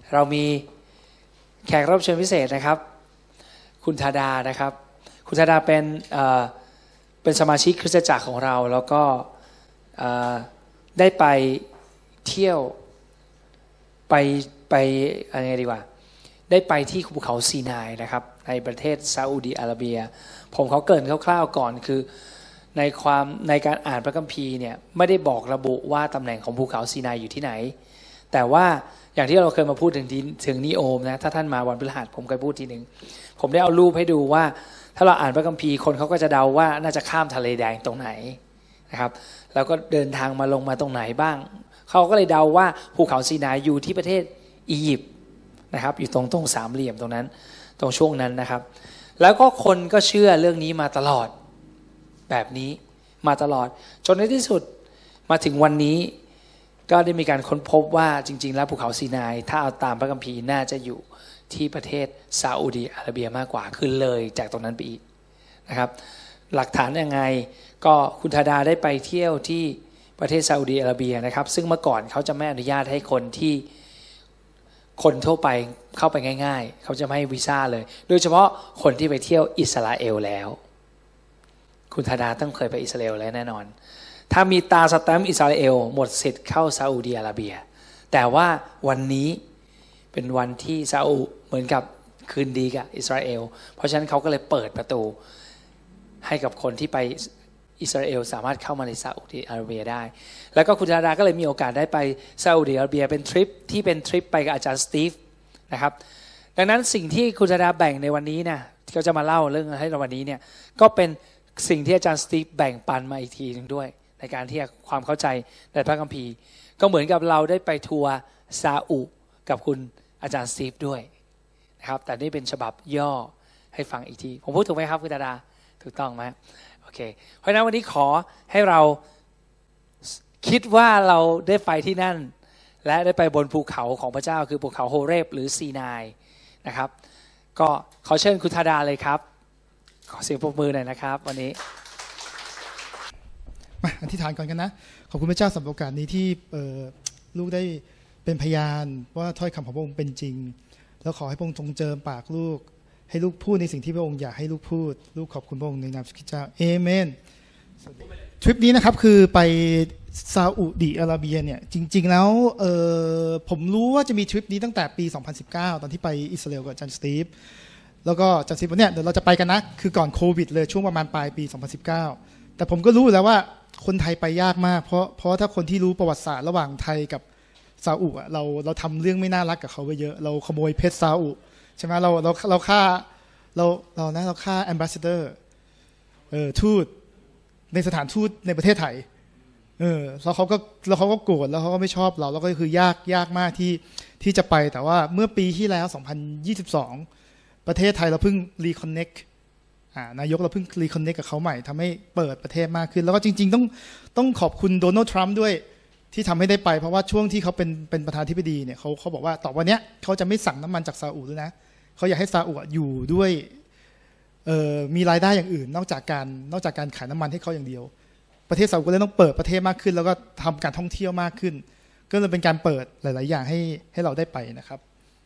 เรามีแขกรับเชิญพิเศษนะครับคุณธาดานะครับคุณธาดาเป็นสมาชิกคริสตจักรของเราแล้วก็ได้ไปเที่ยวไปอะไรดีกว่าได้ไปที่ภูเขาซีนายนะครับในประเทศซาอุดิอาระเบียผมเขาเกริ่นคร่าวๆก่อนคือในการอ่านพระคัมภีร์เนี่ยไม่ได้บอกระบุว่าตำแหน่งของภูเขาซีนายอยู่ที่ไหนแต่ว่าอย่างที่เราเคยมาพูดถึงนีโอมนะถ้าท่านมาวันพฤหัสผมเคยพูดทีนึงผมได้เอารูปให้ดูว่าถ้าเราอ่านพระคัมภีร์คนเขาก็จะเดาว่าน่าจะข้ามทะเลแดงตรงไหนนะครับแล้วก็เดินทางมาลงมาตรงไหนบ้างเขาก็เลยเดาว่าภูเขาซีนายอยู่ที่ประเทศอียิปต์นะครับอยู่ตรงสามเหลี่ยมตรงนั้นตรงช่วงนั้นนะครับแล้วก็คนก็เชื่อเรื่องนี้มาตลอดแบบนี้มาตลอดจนในที่สุดมาถึงวันนี้ก็ได้มีการค้นพบว่าจริงๆแล้วภูเขาซีนายถ้าเอาตามพระคัมภีร์น่าจะอยู่ที่ประเทศซาอุดิอาระเบียมากกว่าคือเลยจากตรงนั้นไปอีกนะครับหลักฐานยังไงก็คุณธาดาได้ไปเที่ยวที่ประเทศซาอุดิอาระเบียนะครับซึ่งเมื่อก่อนเขาจะไม่อนุญาตให้คนทั่วไปเข้าไปง่ายๆเขาจะไม่ให้วีซ่าเลยโดยเฉพาะคนที่ไปเที่ยวอิสราเอลแล้วคุณธาดาต้องเคยไปอิสราเอลแล้วแน่นอนถ้ามีตาสแตมป์อิสราเอลหมดสิทธิ์เข้าซาอุดิอาระเบียแต่ว่าวันนี้เป็นวันที่ซาอุเหมือนกับคืนดีกับอิสราเอลเพราะฉะนั้นเขาก็เลยเปิดประตูให้กับคนที่ไปอิสราเอลสามารถเข้ามาในซาอุดิอาระเบียได้แล้วก็คุณธาดาก็เลยมีโอกาสได้ไปซาอุดิอาระเบียเป็นทริปที่เป็นทริปไปกับอาจารย์สตีฟนะครับดังนั้นสิ่งที่คุณธาดาแบ่งในวันนี้นะที่เขาจะมาเล่าเรื่องให้เราวันนี้เนี่ยก็เป็นสิ่งที่อาจารย์สตีฟแบ่งปันมาอีกทีนึงด้วยในการที่ความเข้าใจในพระคัมภีร์ก็เหมือนกับเราได้ไปทัวร์ซาอุกับคุณอาจารย์สตีฟด้วยนะครับแต่นี่เป็นฉบับย่อให้ฟังอีกทีผมพูดถูกไหมครับคุณธาดาถูกต้องไหมโอเคเพราะฉะนั้นวันนี้ขอให้เราคิดว่าเราได้ไปที่นั่นและได้ไปบนภูเขาของพระเจ้าคือภูเขาโฮเรบหรือซีนายนะครับก็ขอเชิญคุณธาดาเลยครับขอเสียงปรบมือหน่อยนะครับวันนี้มาอธิษฐานก่อนกันนะขอบคุณพระเจ้าสำหรับโอกาสนี้ที่ลูกได้เป็นพยานว่าถ้อยคำของพระองค์เป็นจริงแล้วขอให้พระองค์ทรงเจิมปากลูกให้ลูกพูดในสิ่งที่พระองค์อยากให้ลูกพูดลูกขอบคุณพระองค์ในนามพระเจ้าเอเมนทริปนี้นะครับคือไปซาอุดิอาระเบียเนี่ยจริงๆแล้วผมรู้ว่าจะมีทริปนี้ตั้งแต่ปี2019ตอนที่ไปอิสราเอลกับอาจารย์สตีฟแล้วก็อาจารย์สตีฟเนี่ยเดี๋ยวเราจะไปกันนะคือก่อนโควิดเลยช่วงประมาณปลายปี2019แต่ผมก็รู้แล้วว่าคนไทยไปยากมากเพราะถ้าคนที่รู้ประวัติศาสตร์ระหว่างไทยกับซาอุเราทำเรื่องไม่น่ารักกับเขาไปเยอะเราขโมยเพชรซาอุใช่ไหมเราฆ่าแอมบาสเดอร์ทูตในสถานทูตในประเทศไทยแล้วเขาก็โกรธแล้วเขาก็ไม่ชอบเราแล้วก็คือยากมากที่จะไปแต่ว่าเมื่อปีที่แล้ว2022ประเทศไทยเราเพิ่งรีคอนเน็กนายกเราเพิ่งรีคอนเน็กกับเขาใหม่ทำให้เปิดประเทศมากขึ้นแล้วก็จริงๆต้องขอบคุณโดนัลด์ทรัมป์ด้วยที่ทำให้ได้ไปเพราะว่าช่วงที่เขาเป็นประธานาธิบดีเนี่ยเขาบอกว่าต่อวันนี้เขาจะไม่สั่งน้ำมันจากซาอุแล้วนะเขาอยากให้ซาอุอยู่ด้วยมีรายได้อย่างอื่นนอกจากการขายน้ำมันให้เขาอย่างเดียวประเทศซาอุก็เลยต้องเปิดประเทศมากขึ้นแล้วก็ทำการท่องเที่ยวมากขึ้นก็เลยเป็นการเปิดหลายๆอย่างให้เราได้ไปนะครับ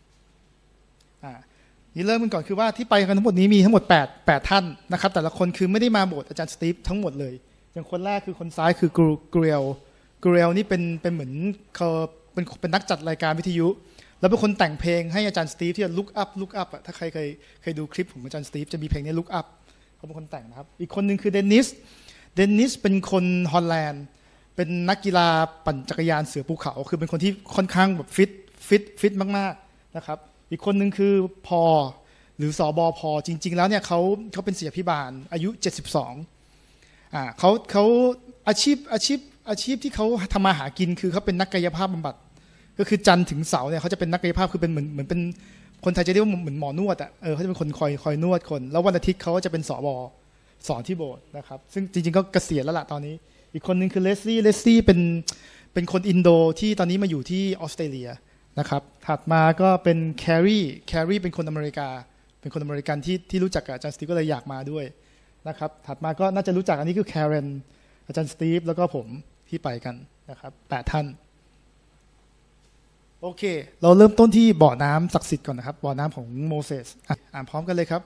นี่เริ่มกันก่อนคือว่าที่ไปกันทั้งหมดนี้มีทั้งหมด8ท่านนะครับแต่ละคนคือไม่ได้มาโบสถ์อาจารย์สตีฟทั้งหมดเลยอย่างคนแรกคือคนซ้ายคือกรูเรลนี่เป็นเหมือนเขาเป็นนักจัดรายการวิทยุแล้วเป็นคนแต่งเพลงให้อาจารย์สตีฟที่look up ถ้าใครเคยดูคลิปของอาจารย์สตีฟจะมีเพลงนี้ look up เขาเป็นคนแต่งนะครับอีกคนนึงคือเดนนิสเป็นคนฮอลแลนด์เป็นนักกีฬาปั่นจักรยานเสือภูเขาคือเป็นคนที่ค่อนข้างแบบฟิตมากๆนะครับอีกคนนึงคือพอหรือสบพอจริงๆแล้วเนี่ยเขาเป็นศิษยาภิบาลอายุ72เขาอาชีพที่เขาทำมาหากินคือเขาเป็นนักกายภาพบำบัดก็คือจันทร์ถึงเสาร์เนี่ยเขาจะเป็นนักกายภาพคือเป็นเหมือนเป็นคนไทยจะเรียกว่าเหมือนหมอนวดเขาจะเป็นคนคอยนวดคนแล้ววันอาทิตย์เขาก็จะเป็นสบสอนที่โบสถ์นะครับซึ่งจริงๆก็เกษียณแล้วล่ะตอนนี้อีกคนนึงคือเลสลี่เป็นคนอินโดที่ตอนนี้มาอยู่ที่ออสเตรเลียนะครับถัดมาก็เป็นแครีเป็นคนอเมริกาเป็นคนอเมริกันที่รู้จักกับอาจารย์สตีฟก็เลยอยากมาด้วยนะครับถัดมาก็น่าจะรู้จักอันนี้คือแคเรนอาจารย์สตีฟแล้วก็ผมที่ไปกันนะครับ8ท่านโอโอเคเราเริ่มต้นที่บ่อน้ำศักดิ์สิทธิ์ก่อนนะครับบ่อน้ำของโมเสสอ่านพร้อมกันเลยครับ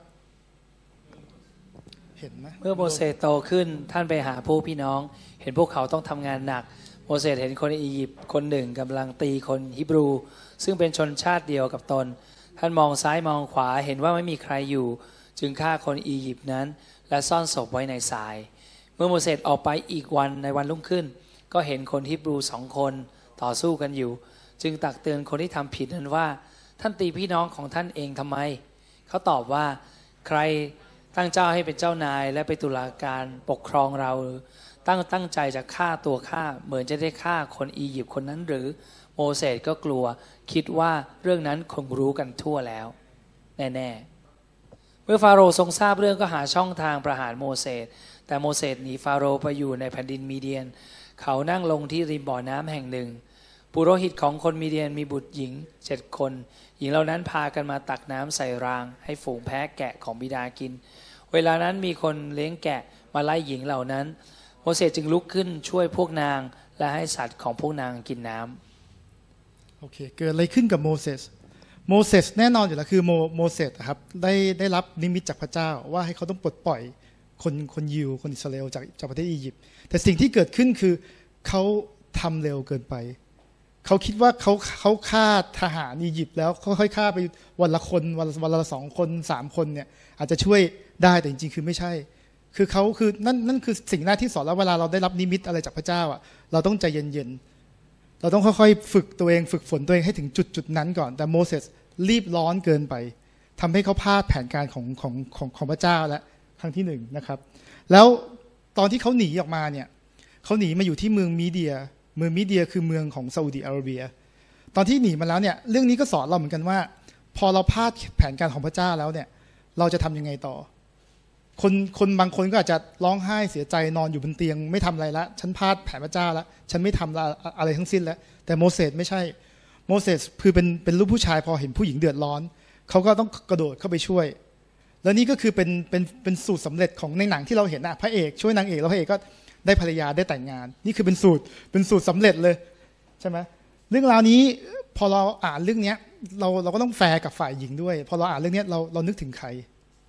เห็นไหมเมื่อโมเสสโตขึ้นท่านไปหาผู้พี่น้องเห็นพวกเขาต้องทำงานหนักโมเสสเห็นคนอียิปต์คนหนึ่งกำลังตีคนฮิบรูซึ่งเป็นชนชาติเดียวกับตนท่านมองซ้ายมองขวาเห็นว่าไม่มีใครอยู่จึงฆ่าคนอียิปต์นั้นและซ่อนศพไว้ในทรายเมื่อโมเสสออกไปอีกวันในวันรุ่งขึ้นก็เห็นคนฮิบรู2 คนต่อสู้กันอยู่จึงตักเตือนคนที่ทำผิดนั้นว่าท่านตีพี่น้องของท่านเองทำไมเขาตอบว่าใครตั้งเจ้าให้เป็นเจ้านายและเป็นตุลาการปกครองเราตั้งใจจะฆ่าตัวข้าเหมือนจะได้ฆ่าคนอียิปต์คนนั้นหรือโมเสสก็กลัวคิดว่าเรื่องนั้นคงรู้กันทั่วแล้วแน่ๆเมื่อฟาโรห์ทรงทราบเรื่องก็หาช่องทางประหารโมเสสแต่โมเสสหนีฟาโรห์ไปอยู่ในแผ่นดินมีเดียนเขานั่งลงที่ริมบ่อน้ำแห่งหนึ่งปุโรหิตของคนมีเดียนมีบุตรหญิง7 คนหญิงเหล่านั้นพากันมาตักน้ำใส่รางให้ฝูงแพะแกะของบิดากินเวลานั้นมีคนเลี้ยงแกะมาไล่หญิงเหล่านั้นโมเสสจึงลุกขึ้นช่วยพวกนางและให้สัตว์ของพวกนางกินน้ำโอเคเกิดอะไรขึ้นกับโมเสสแน่นอนอยู่แล้วคือโมเสสครับได้รับนิมิตจากพระเจ้าว่าให้เขาต้องปลดปล่อยคนยิวคนอิสราเอลจากประเทศอียิปต์แต่สิ่งที่เกิดขึ้นคือเขาทำเร็วเกินไปเขาคิดว่าเขาฆ่าทหารอียิปต์แล้วค่อยๆฆ่าไปวันละคนวันละ2 คน3 คนเนี่ยอาจจะช่วยได้แต่จริงๆคือไม่ใช่คือเขาคือนั่นคือสิ่งแรกที่สอนแล้วเวลาเราได้รับนิมิตอะไรจากพระเจ้าอ่ะเราต้องใจเย็นๆเราต้องค่อยๆฝึกตัวเองฝึกฝนตัวเองให้ถึงจุดนั้นก่อนแต่โมเสสรีบร้อนเกินไปทำให้เขาพลาดแผนการของพระเจ้าและครั้งที่1นะครับแล้วตอนที่เขาหนีออกมาเนี่ยเขาหนีมาอยู่ที่เมืองมีเดียคือเมืองของซาอุดิอาระเบียตอนที่หนีมาแล้วเนี่ยเรื่องนี้ก็สอนเราเหมือนกันว่าพอเราพลาดแผนการของพระเจ้าแล้วเนี่ยเราจะทำยังไงต่อคนบางคนก็อาจจะร้องไห้เสียใจนอนอยู่บนเตียงไม่ทำอะไรละฉันพลาดแผนพระเจ้าแล้วฉันไม่ทำอะไรทั้งสิ้นแล้วแต่โมเสสไม่ใช่โมเสสคือเป็นลูกผู้ชายพอเห็นผู้หญิงเดือดร้อนเขาก็ต้องกระโดดเข้าไปช่วยแล้วนี่ก็คือเป็นสูตรสำเร็จของในหนังที่เราเห็นพระเอกช่วยนางเอกแล้วพระเอกก็ได้ภรรยาได้แต่งงานนี่คือเป็นสูตรสำเร็จเลยใช่ไหมเรื่องราวนี้พอเราอ่านเรื่องนี้เราก็ต้องแฟร์กับฝ่ายหญิงด้วยพอเราอ่านเรื่องนี้เรานึกถึงใคร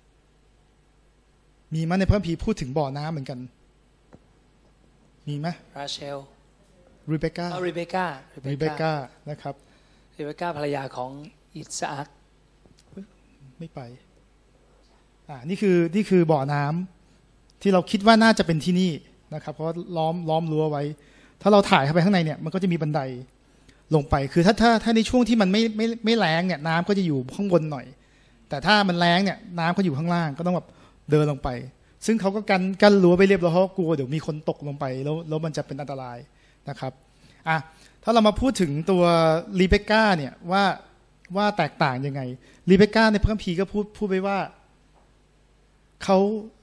มีมั้ยในพระคัมภีร์พูดถึงบ่อน้ำเหมือนกันมีไหมราเชลรีเบคก้านะครับรีเบคก้าภรรยาของอิสอัคไม่ไปนี่คือบ่อน้ำที่เราคิดว่าน่าจะเป็นที่นี่นะครับเพราะล้อมรั้วไว้ถ้าเราถ่ายเข้าไปข้างในเนี่ยมันก็จะมีบันไดลงไปคือถ้าในช่วงที่มันไม่แล้งเนี่ยน้ำก็จะอยู่ข้างบนหน่อยแต่ถ้ามันแล้งเนี่ยน้ำก็อยู่ข้างล่างก็ต้องแบบเดินลงไปซึ่งเขาก็กันรั้วไปเรียบร้อยเพราะกลัวเดี๋ยวมีคนตกลงไปแล้วมันจะเป็นอันตรายนะครับถ้าเรามาพูดถึงตัวรีเบคก้าเนี่ยว่าแตกต่างยังไงรีเบคก้าในพระคัมภีร์ก็พูดไว้ว่าเขา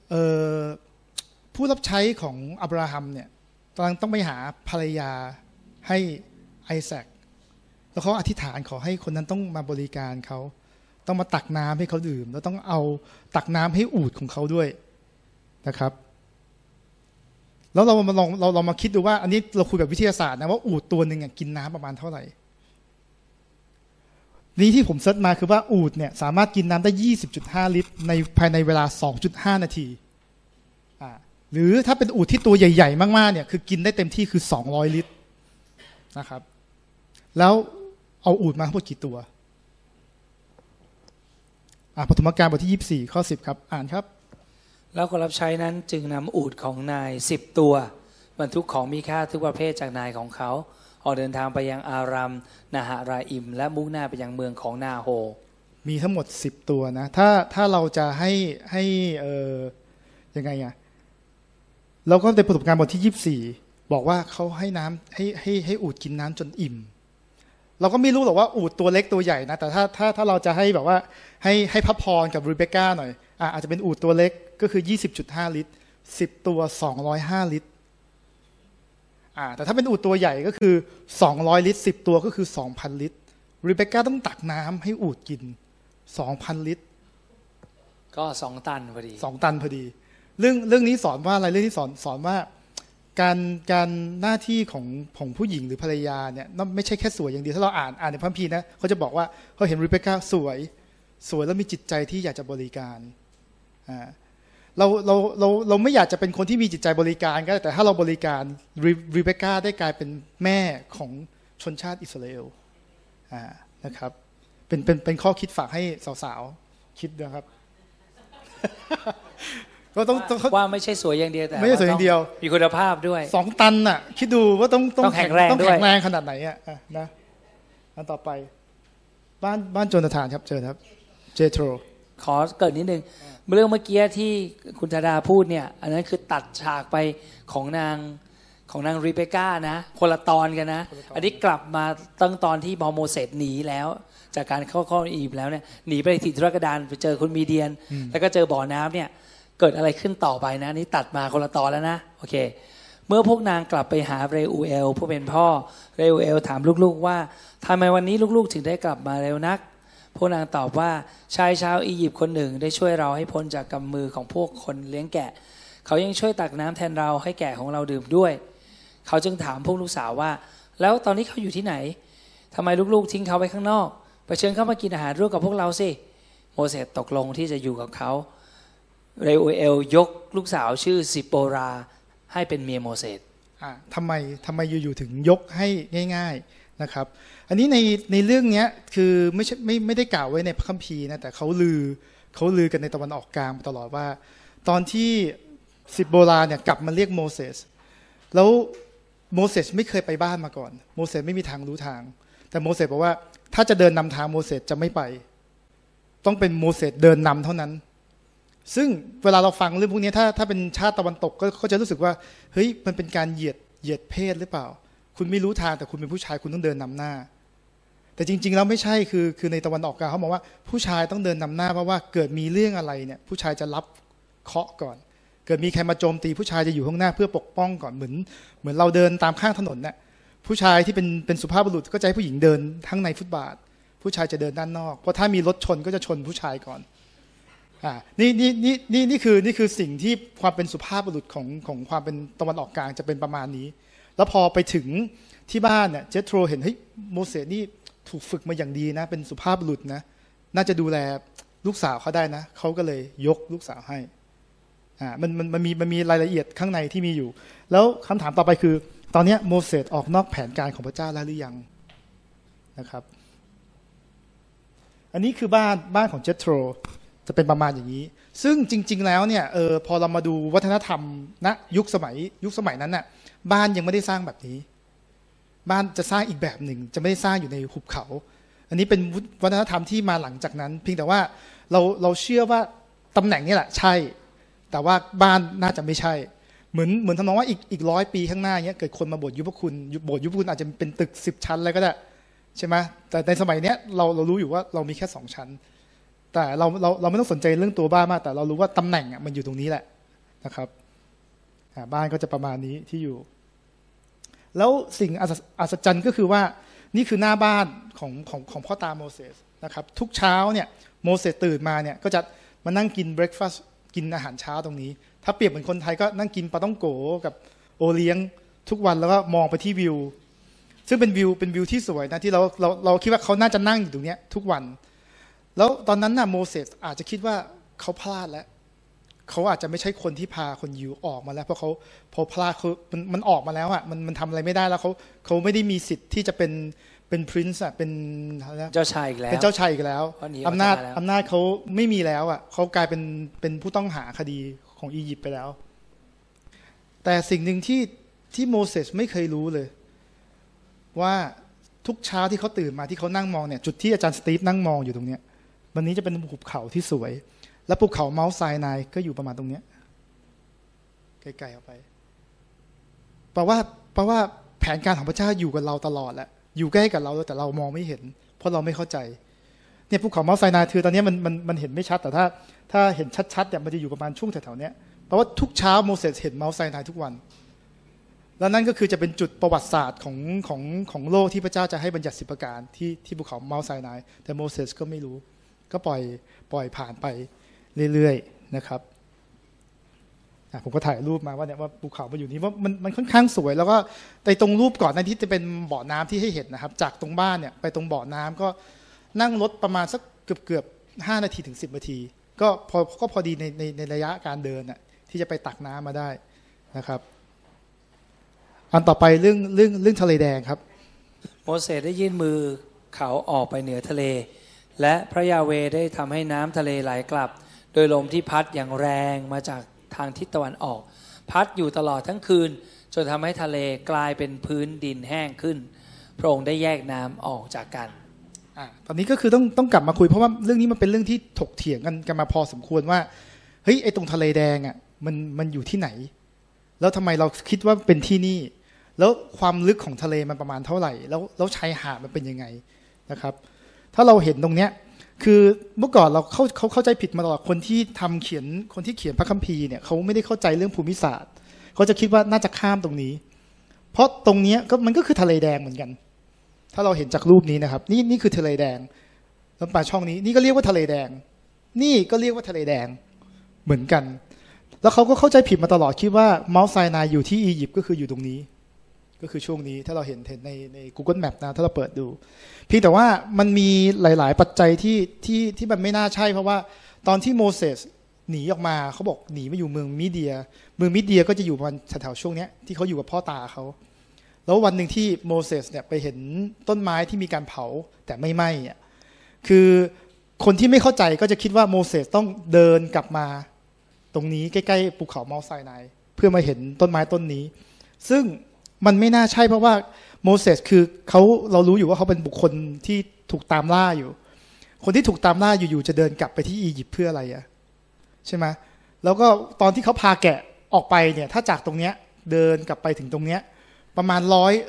ผู้รับใช้ของอับราฮัมเนี่ยต้องไปหาภรรยาให้ไอแซคแล้วเขาอธิษฐานขอให้คนนั้นต้องมาบริการเขาต้องมาตักน้ำให้เขาดื่มแล้วต้องเอาตักน้ำให้อูฐของเขาด้วยนะครับแล้วเรามาคิดดูว่าอันนี้เราคุยแบบวิทยาศาสตร์นะว่าอูฐตัวหนึ่งกินน้ำประมาณเท่าไหร่นี่ที่ผมเซิร์ชมาคือว่าอูฐเนี่ยสามารถกินน้ำได้ 20.5 ลิตรภายในเวลา 2.5 นาทีหรือถ้าเป็นอูฐที่ตัวใหญ่ๆมากๆเนี่ยคือกินได้เต็มที่คือ200 ลิตรนะครับแล้วเอาอูฐมาทั้งหมดกี่ตัวปฐมกาลบทที่24ข้อ10ครับอ่านครับแล้วคนรับใช้นั้นจึงนำอูฐของนาย10 ตัวบรรทุกของมีค่าทุกประเภทจากนายของเขาออกเดินทางไปยังอารัมนาหาราอิมและมุ่งหน้าไปยังเมืองของนาโฮมีทั้งหมด10 ตัวนะถ้าเราจะให้ยังไงเราก็ในประสบการณ์บทที่24บอกว่าเขาให้น้ำให้อูฐกินน้ำจนอิ่มเราก็ไม่รู้หรอกว่าอูฐตัวเล็กตัวใหญ่นะแต่ถ้าเราจะให้แบบว่าให้พระพรกับรีเบคก้าหน่อยอาจจะเป็นอูฐตัวเล็กก็คือ 20.5 ลิตร10 ตัว205 ลิตรแต่ถ้าเป็นอูฐตัวใหญ่ก็คือ200 ลิตร10 ตัวก็คือ 2,000 ลิตรรีเบคก้าต้องตักน้ำให้อูฐกิน 2,000 ลิตรก็2 ตันพอดี 2 ตันพอดีเรื่องนี้สอนว่าอะไรเรื่องที่สอนว่าการหน้าที่ของผู้หญิงหรือภรรยาเนี่ยไม่ใช่แค่สวยอย่างเดียวถ้าเราอ่านในพระคัมภีร์นะเขาจะบอกว่าเขาเห็นรีเบคก้าสวยแล้วมีจิตใจที่อยากจะบริการเราไม่อยากจะเป็นคนที่มีจิตใจบริการก็แต่ถ้าเราบริการรีเบคก้าได้กลายเป็นแม่ของชนชาติอิสราเอลนะครับเป็นข้อคิดฝากให้สาวๆคิดนะครับก็ต้องว่าไม่ใช่สวยอย่างเดียวแต่ไม่ใช่สวยอย่างเดียวมีคุณภาพด้วย 2 ตันน่ะคิดดูว่าต้องแข็งแรงด้วยต้องแข็งแรงขนาดไหนอ่ะนะอันต่อไปบ้านโจนาธานครับเจอครับเจโทรขอเกิดนิดนึงเรื่องเมื่อกี้ที่คุณธดาพูดเนี่ยอันนั้นคือตัดฉากไปของนางรีเบคก้านะคนละตอนกันนะอันนี้กลับมาตั้งตอนที่พอโมเสสหนีแล้วจากการเข้าอียิปต์แล้วเนี่ยหนีไปถิ่นทุรกันดารไปเจอคนมีเดียนแล้วก็เจอบ่อน้ำเนี่ยเกิดอะไรขึ้นต่อไปนะนี่ตัดมาคนละตอนแล้วนะโอเคเมื่อพวกนางกลับไปหาเรอูเอลผู้เป็นพ่อเรอูเอลถามลูกๆว่าทำไมวันนี้ลูกๆถึงได้กลับมาเร็วนักพวกนางตอบว่าชายชาวอียิปต์คนหนึ่งได้ช่วยเราให้พ้นจากกำมือของพวกคนเลี้ยงแกะเขายังช่วยตักน้ำแทนเราให้แกะของเราดื่มด้วยเขาจึงถามพวกลูกสาวว่าแล้วตอนนี้เขาอยู่ที่ไหนทำไมลูกๆทิ้งเขาไว้ข้างนอกไปเชิญเขามากินอาหารร่วมกับพวกเราสิโมเสสตกลงที่จะอยู่กับเขาเรอูเอลยกลูกสาวชื่อซิโปราให้เป็นเมียโมเสสทำไมอยู่ๆถึงยกให้ง่ายๆนะครับอันนี้ในเรื่องนี้คือไม่ได้กล่าวไว้ในพระคัมภีร์นะแต่เขาลือกันในตะวันออกกลางตลอดว่าตอนที่ซิโปราเนี่ยกลับมาเรียกโมเสสแล้วโมเสสไม่เคยไปบ้านมาก่อนโมเสสไม่มีทางรู้ทางแต่โมเสสบอกว่าถ้าจะเดินนำทางโมเสสจะไม่ไปต้องเป็นโมเสสเดินนำเท่านั้นซึ่งเวลาเราฟังเรื่องพวกนี้ถ้าเป็นชาติตะวันตกก็จะรู้สึกว่าเฮ้ยมันเป็นการเหยียดเพศหรือเปล่าคุณไม่รู้ทางแต่คุณเป็นผู้ชายคุณต้องเดินนำหน้าแต่จริงๆแล้วไม่ใช่คือในตะวันออกกลางเขาบอกว่าผู้ชายต้องเดินนำหน้าเพราะว่าเกิดมีเรื่องอะไรเนี่ยผู้ชายจะรับเคราะห์ก่อนเกิดมีใครมาโจมตีผู้ชายจะอยู่ข้างหน้าเพื่อปกป้องก่อนเหมือนเราเดินตามข้างถนนเนี่ยผู้ชายที่เป็นสุภาพบุรุษก็จะให้ผู้หญิงเดินทั้งในฟุตบาทผู้ชายจะเดินด้านนอกเพราะถ้ามีรถชนก็จะชนผู้ชายก่อนนี่คือสิ่งที่ความเป็นสุภาพบุรุษของความเป็นตะวันออกกลางจะเป็นประมาณนี้แล้วพอไปถึงที่บ้านเนี่ยเจโทรเห็นเฮ้ยโมเสสนี่ถูกฝึกมาอย่างดีนะเป็นสุภาพบุรุษนะน่าจะดูแลลูกสาวเขาได้นะเขาก็เลยยกลูกสาวให้มันมีรายละเอียดข้างในที่มีอยู่แล้วคำถามต่อไปคือตอนนี้โมเสสออกนอกแผนการของพระเจ้าแล้วหรือยังนะครับอันนี้คือบ้านของเจโทรจะเป็นประมาณอย่างนี้ซึ่งจริงๆแล้วเนี่ยพอเรามาดูวัฒนธรรมณยุคสมัยนั้นน่ะบ้านยังไม่ได้สร้างแบบนี้บ้านจะสร้างอีกแบบหนึ่งจะไม่ได้สร้างอยู่ในหุบเขาอันนี้เป็นวัฒนธรรมที่มาหลังจากนั้นเพียงแต่ว่าเราเชื่อว่าตำแหน่งนี้แหละใช่แต่ว่าบ้านน่าจะไม่ใช่เหมือนทำนองว่าอีก100 ปีข้างหน้าเนี้ยเกิดคนมาโบสถ์ยุพคุณโบสถ์ยุพคุณอาจจะเป็นตึก10 ชั้นอะไรก็ได้ใช่ไหมแต่ในสมัยเนี้ยเรารู้อยู่ว่าเรามีแค่2 ชั้นแต่เราไม่ต้องสนใจเรื่องตัวบ้านมากแต่เรารู้ว่าตำแหน่งมันอยู่ตรงนี้แหละนะครับบ้านก็จะประมาณนี้ที่อยู่แล้วสิ่งอัศจรรย์ก็คือว่านี่คือหน้าบ้านของพ่อตาโมเสสนะครับทุกเช้าเนี่ยโมเสสตื่นมาเนี่ยก็จะมานั่งกินเบรคฟาสต์กินอาหารเช้าตรงนี้ถ้าเปรียบเหมือนคนไทยก็นั่งกินปลาต้องโกกับโอเลี้ยงทุกวันแล้วก็มองไปที่วิวซึ่งเป็นวิวที่สวยนะที่เราคิดว่าเขาน่าจะนั่งอยู่ตรงนี้ทุกวันแล้วตอนนั้นน่ะโมเสสอาจจะคิดว่าเขาพลาดแล้วเขาอาจจะไม่ใช่คนที่พาคนยิวออกมาแล้วเพราะเขาพอพลาดมันออกมาแล้วอ่ะมันทำอะไรไม่ได้แล้วเขาไม่ได้มีสิทธิ์ที่จะเป็นพรินซ์อ่ะเป็นเจ้าชายอีกแล้วเป็นเจ้าชายอีกแล้วอำนาจเขาไม่มีแล้วอ่ะเขากลายเป็นผู้ต้องหาคดีของอียิปต์ไปแล้วแต่สิ่งหนึ่งที่โมเสสไม่เคยรู้เลยว่าทุกเช้าที่เขาตื่นมาที่เขานั่งมองเนี่ยจุดที่อาจารย์สตีฟนั่งมองอยู่ตรงเนี้ยวันนี้จะเป็นหุบเขาที่สวยและภูเขาเมาส์ไซนายก็อยู่ประมาณตรงนี้ไกลๆออกไปแปลว่าแผนการของพระเจ้าอยู่กับเราตลอดแหละอยู่ใกล้กับเราแต่เรามองไม่เห็นเพราะเราไม่เข้าใจเนี่ยภูเขาเมาส์ไซนายคือตอนนี้มันเห็นไม่ชัดแต่ถ้าเห็นชัดๆเนี่ยมันจะอยู่ประมาณช่วงแถวๆนี้แปลว่าทุกเช้าโมเสสเห็นเมาส์ไซนายทุกวันแล้วนั่นก็คือจะเป็นจุดประวัติศาสตร์ของโลกที่พระเจ้าจะให้บัญญัติ10 ประการที่ภูเขาเมาส์ไซนายแต่โมเสสก็ไม่รู้ก็ปล่อยผ่านไปเรื่อยๆนะครับผมก็ถ่ายรูปมาว่าเนี่ยว่าภูเขามันอยู่นี่ว่ามันค่อนข้างสวยแล้วก็ในตรงรูปก่อนนั้นที่จะเป็นบ่อน้ำที่ให้เห็นนะครับจากตรงบ้านเนี่ยไปตรงบ่อน้ำก็นั่งรถประมาณสักเกือบ5 นาทีถึง10 นาทีก็พอดีในระยะการเดินน่ะที่จะไปตักน้ำมาได้นะครับอันต่อไปเรื่องทะเลแดงครับโมเสสได้ยื่นมือเขาออกไปเหนือทะเลและพระยาเวห์ได้ทำให้น้ำทะเลไหลกลับโดยลมที่พัดอย่างแรงมาจากทางทิศตะวันออกพัดอยู่ตลอดทั้งคืนจนทำให้ทะเลกลายเป็นพื้นดินแห้งขึ้นพระองค์ได้แยกน้ำออกจากกันตอนนี้ก็คือต้องกลับมาคุยเพราะว่าเรื่องนี้มันเป็นเรื่องที่ถกเถียงกันมาพอสมควรว่าเฮ้ยไอ้ตรงทะเลแดงอ่ะมันอยู่ที่ไหนแล้วทำไมเราคิดว่าเป็นที่นี่แล้วความลึกของทะเลมันประมาณเท่าไหร่แล้วชายหาดมันเป็นยังไงนะครับถ้าเราเห็นตรงเนี้ยคือเมื่อก่อนเราเข้าใจผิดมาตลอดคนที่เขียนพระคัมภีร์เนี่ยเขาไม่ได้เข้าใจเรื่องภูมิศาสตร์เขาจะคิดว่าน่าจะข้ามตรงนี้เพราะตรงเนี้ยมันก็คือทะเลแดงเหมือนกันถ้าเราเห็นจากรูปนี้นะครับนี่คือทะเลแดงแล้วป่าช่องนี้นี่ก็เรียกว่าทะเลแดงนี่ก็เรียกว่าทะเลแดงเหมือนกันแล้วเขาก็เข้าใจผิดมาตลอดคิดว่าเมาส์ไซนายอยู่ที่อียิปต์ก็คืออยู่ตรงนี้ก็คือช่วงนี้ถ้าเราเห็นใน Google Map นะถ้าเราเปิดดูเพียงแต่ว่ามันมีหลายๆปัจจัยที่มันไม่น่าใช่เพราะว่าตอนที่โมเสสหนีออกมาเขาบอกหนีมาอยู่เมืองมิเดียก็จะอยู่ประมาณแถวๆช่วงนี้ที่เขาอยู่กับพ่อตาเขาแล้ววันหนึ่งที่โมเสสเนี่ยไปเห็นต้นไม้ที่มีการเผาแต่ไม่ไหม้คือคนที่ไม่เข้าใจก็จะคิดว่าโมเสสต้องเดินกลับมาตรงนี้ใกล้ๆภูเขาเมาส์ไซนายเพื่อมาเห็นต้นไม้ต้นนี้ซึ่งมันไม่น่าใช่เพราะว่าโมเสสคือเรารู้อยู่ว่าเขาเป็นบุคคลที่ถูกตามล่าอยู่คนที่ถูกตามล่าอยู่ๆจะเดินกลับไปที่อียิปต์เพื่ออะไรใช่ไหมแล้วก็ตอนที่เขาพาแกะออกไปเนี่ยถ้าจากตรงเนี้ยเดินกลับไปถึงตรงเนี้ยประมาณ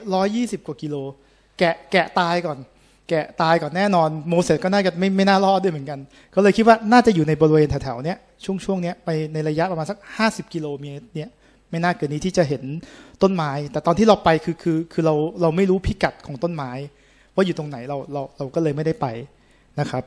120 กว่ากิโลแกะตายก่อนแน่นอนโมเสสก็น่าจะไม่น่ารอดด้วยเหมือนกันก็เลยคิดว่าน่าจะอยู่ในบริเวณแถวๆเนี้ยช่วงเนี้ยไปในระยะประมาณสัก50 กิโลเมตรเนี้ยไม่น่าเกินนี้ที่จะเห็นต้นไม้แต่ตอนที่เราไปคือเราไม่รู้พิกัดของต้นไม้ว่าอยู่ตรงไหนเราก็เลยไม่ได้ไปนะครับ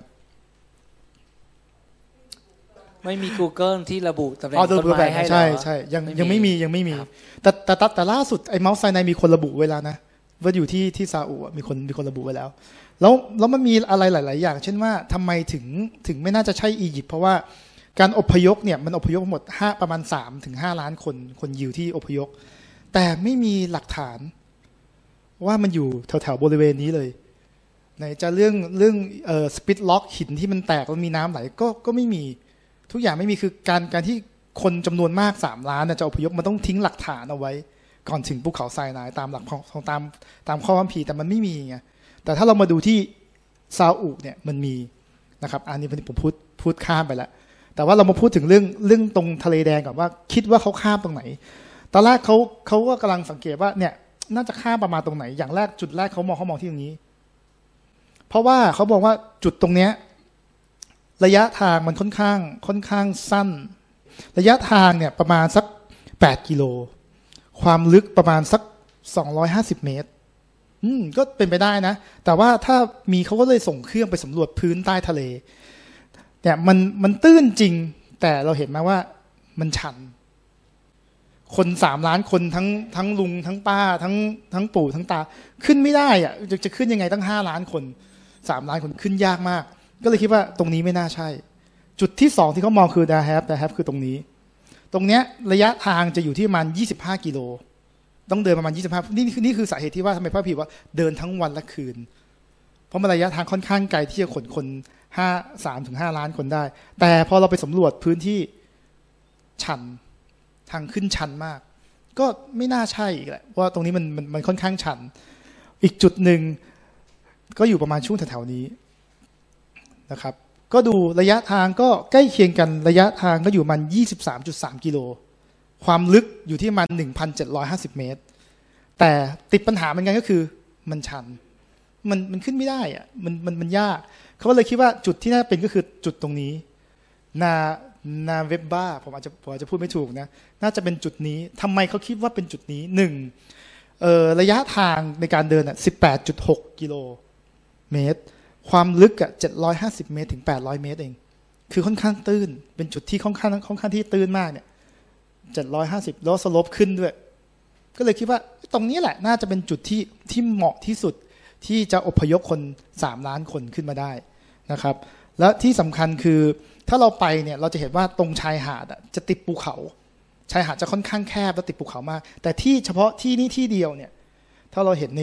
ไม่มี Google ที่ระบุตำแหน่งต้นไม้ให้ใช่ยังไม่มีแต่ล่าสุดไอ้เมาส์ไซนายมีคนระบุไว้แล้วนะว่าอยู่ที่ซาอุมีคนระบุไว้แล้วมันมีอะไรหลายๆอย่างเช่นว่าทำไมถึงไม่น่าจะใช่อียิปต์เพราะว่าการอพยพเนี่ยมันอพยพหมดประมาณ3-5 ล้านคนยิวที่อพยพแต่ไม่มีหลักฐานว่ามันอยู่แถวบริเวณนี้เลยไหนจะเรื่องสปิตล็อกหินที่มันแตกแล้วมีน้ำไหลก็ไม่มีทุกอย่างไม่มีคือการที่คนจำนวนมาก3 ล้านจะอพยพมันต้องทิ้งหลักฐานเอาไว้ก่อนถึงภูเขาไซนายตามหลักของตามข้อคัมภีร์แต่มันไม่มีไงแต่ถ้าเรามาดูที่ซาอุเนี่ยมันมีนะครับอันนี้ผมพูดข้ามไปแล้วแต่ว่าเรามาพูดถึงเรื่องตรงทะเลแดงก่อนว่าคิดว่าเขาข้ามตรงไหนตอนแรกเขาก็กำลังสังเกตว่าเนี่ยน่าจะข้ามประมาณตรงไหนอย่างแรกจุดแรกเขามองที่ตรงนี้เพราะว่าเขาบอกว่าจุดตรงเนี้ยระยะทางมันค่อนข้างสั้นระยะทางเนี่ยประมาณสัก8 กิโลความลึกประมาณสัก250 เมตรก็เป็นไปได้นะแต่ว่าถ้ามีเขาก็เลยส่งเครื่องไปสำรวจพื้นใต้ทะเลเนี่ยมันตื้นจริงแต่เราเห็นมาว่ามันชันคน3 ล้านคนทั้งลุงทั้งป้าทั้งปู่ทั้งตาขึ้นไม่ได้อะจะขึ้นยังไงตั้ง5 ล้านคน3 ล้านคนขึ้นยากมากก็เลยคิดว่าตรงนี้ไม่น่าใช่จุดที่2ที่เขามองคือดาแฮปคือตรงนี้ตรงเนี้ยระยะทางจะอยู่ที่ประมาณ25 กิโลต้องเดินประมาณ25นี่คือสาเหตุที่ว่าทำไมพระพีว่าเดินทั้งวันและคืนเพราะมันระยะทางค่อนข้างไกลที่จะขนคน3-5 ล้านคนได้แต่พอเราไปสำรวจพื้นที่ชันทางขึ้นชันมากก็ไม่น่าใช่อีกแหละว่าตรงนี้มันค่อนข้างชันอีกจุดหนึ่งก็อยู่ประมาณช่วงแถวๆนี้นะครับก็ดูระยะทางก็ใกล้เคียงกันระยะทางก็อยู่มัน 23.3 กิโลความลึกอยู่ที่มัน 1,750 เมตรแต่ติดปัญหาเหมือนกันก็คือมันชันมันขึ้นไม่ได้อะมันยากเขาก็เลยคิดว่าจุดที่น่าเป็นก็คือจุดตรงนี้นาเวบบ้าผมอาจจะพูดไม่ถูกนะน่าจะเป็นจุดนี้ทำไมเขาคิดว่าเป็นจุดนี้ระยะทางในการเดิน18.6 กิโลเมตรความลึก750 เมตรถึง800 เมตรเองคือค่อนข้างตื้นเป็นจุดที่ค่อนข้างที่ตื้นมากเนี่ย 750แล้วสโลปขึ้นด้วยก็เลยคิดว่าตรงนี้แหละน่าจะเป็นจุดที่เหมาะที่สุดที่จะอพยพคน3 ล้านคนขึ้นมาได้นะครับและที่สำคัญคือถ้าเราไปเนี่ยเราจะเห็นว่าตรงชายหาดจะติดภูเขาชายหาดจะค่อนข้างแคบและติดภูเขามากแต่ที่เฉพาะที่นี่ที่เดียวเนี่ยถ้าเราเห็น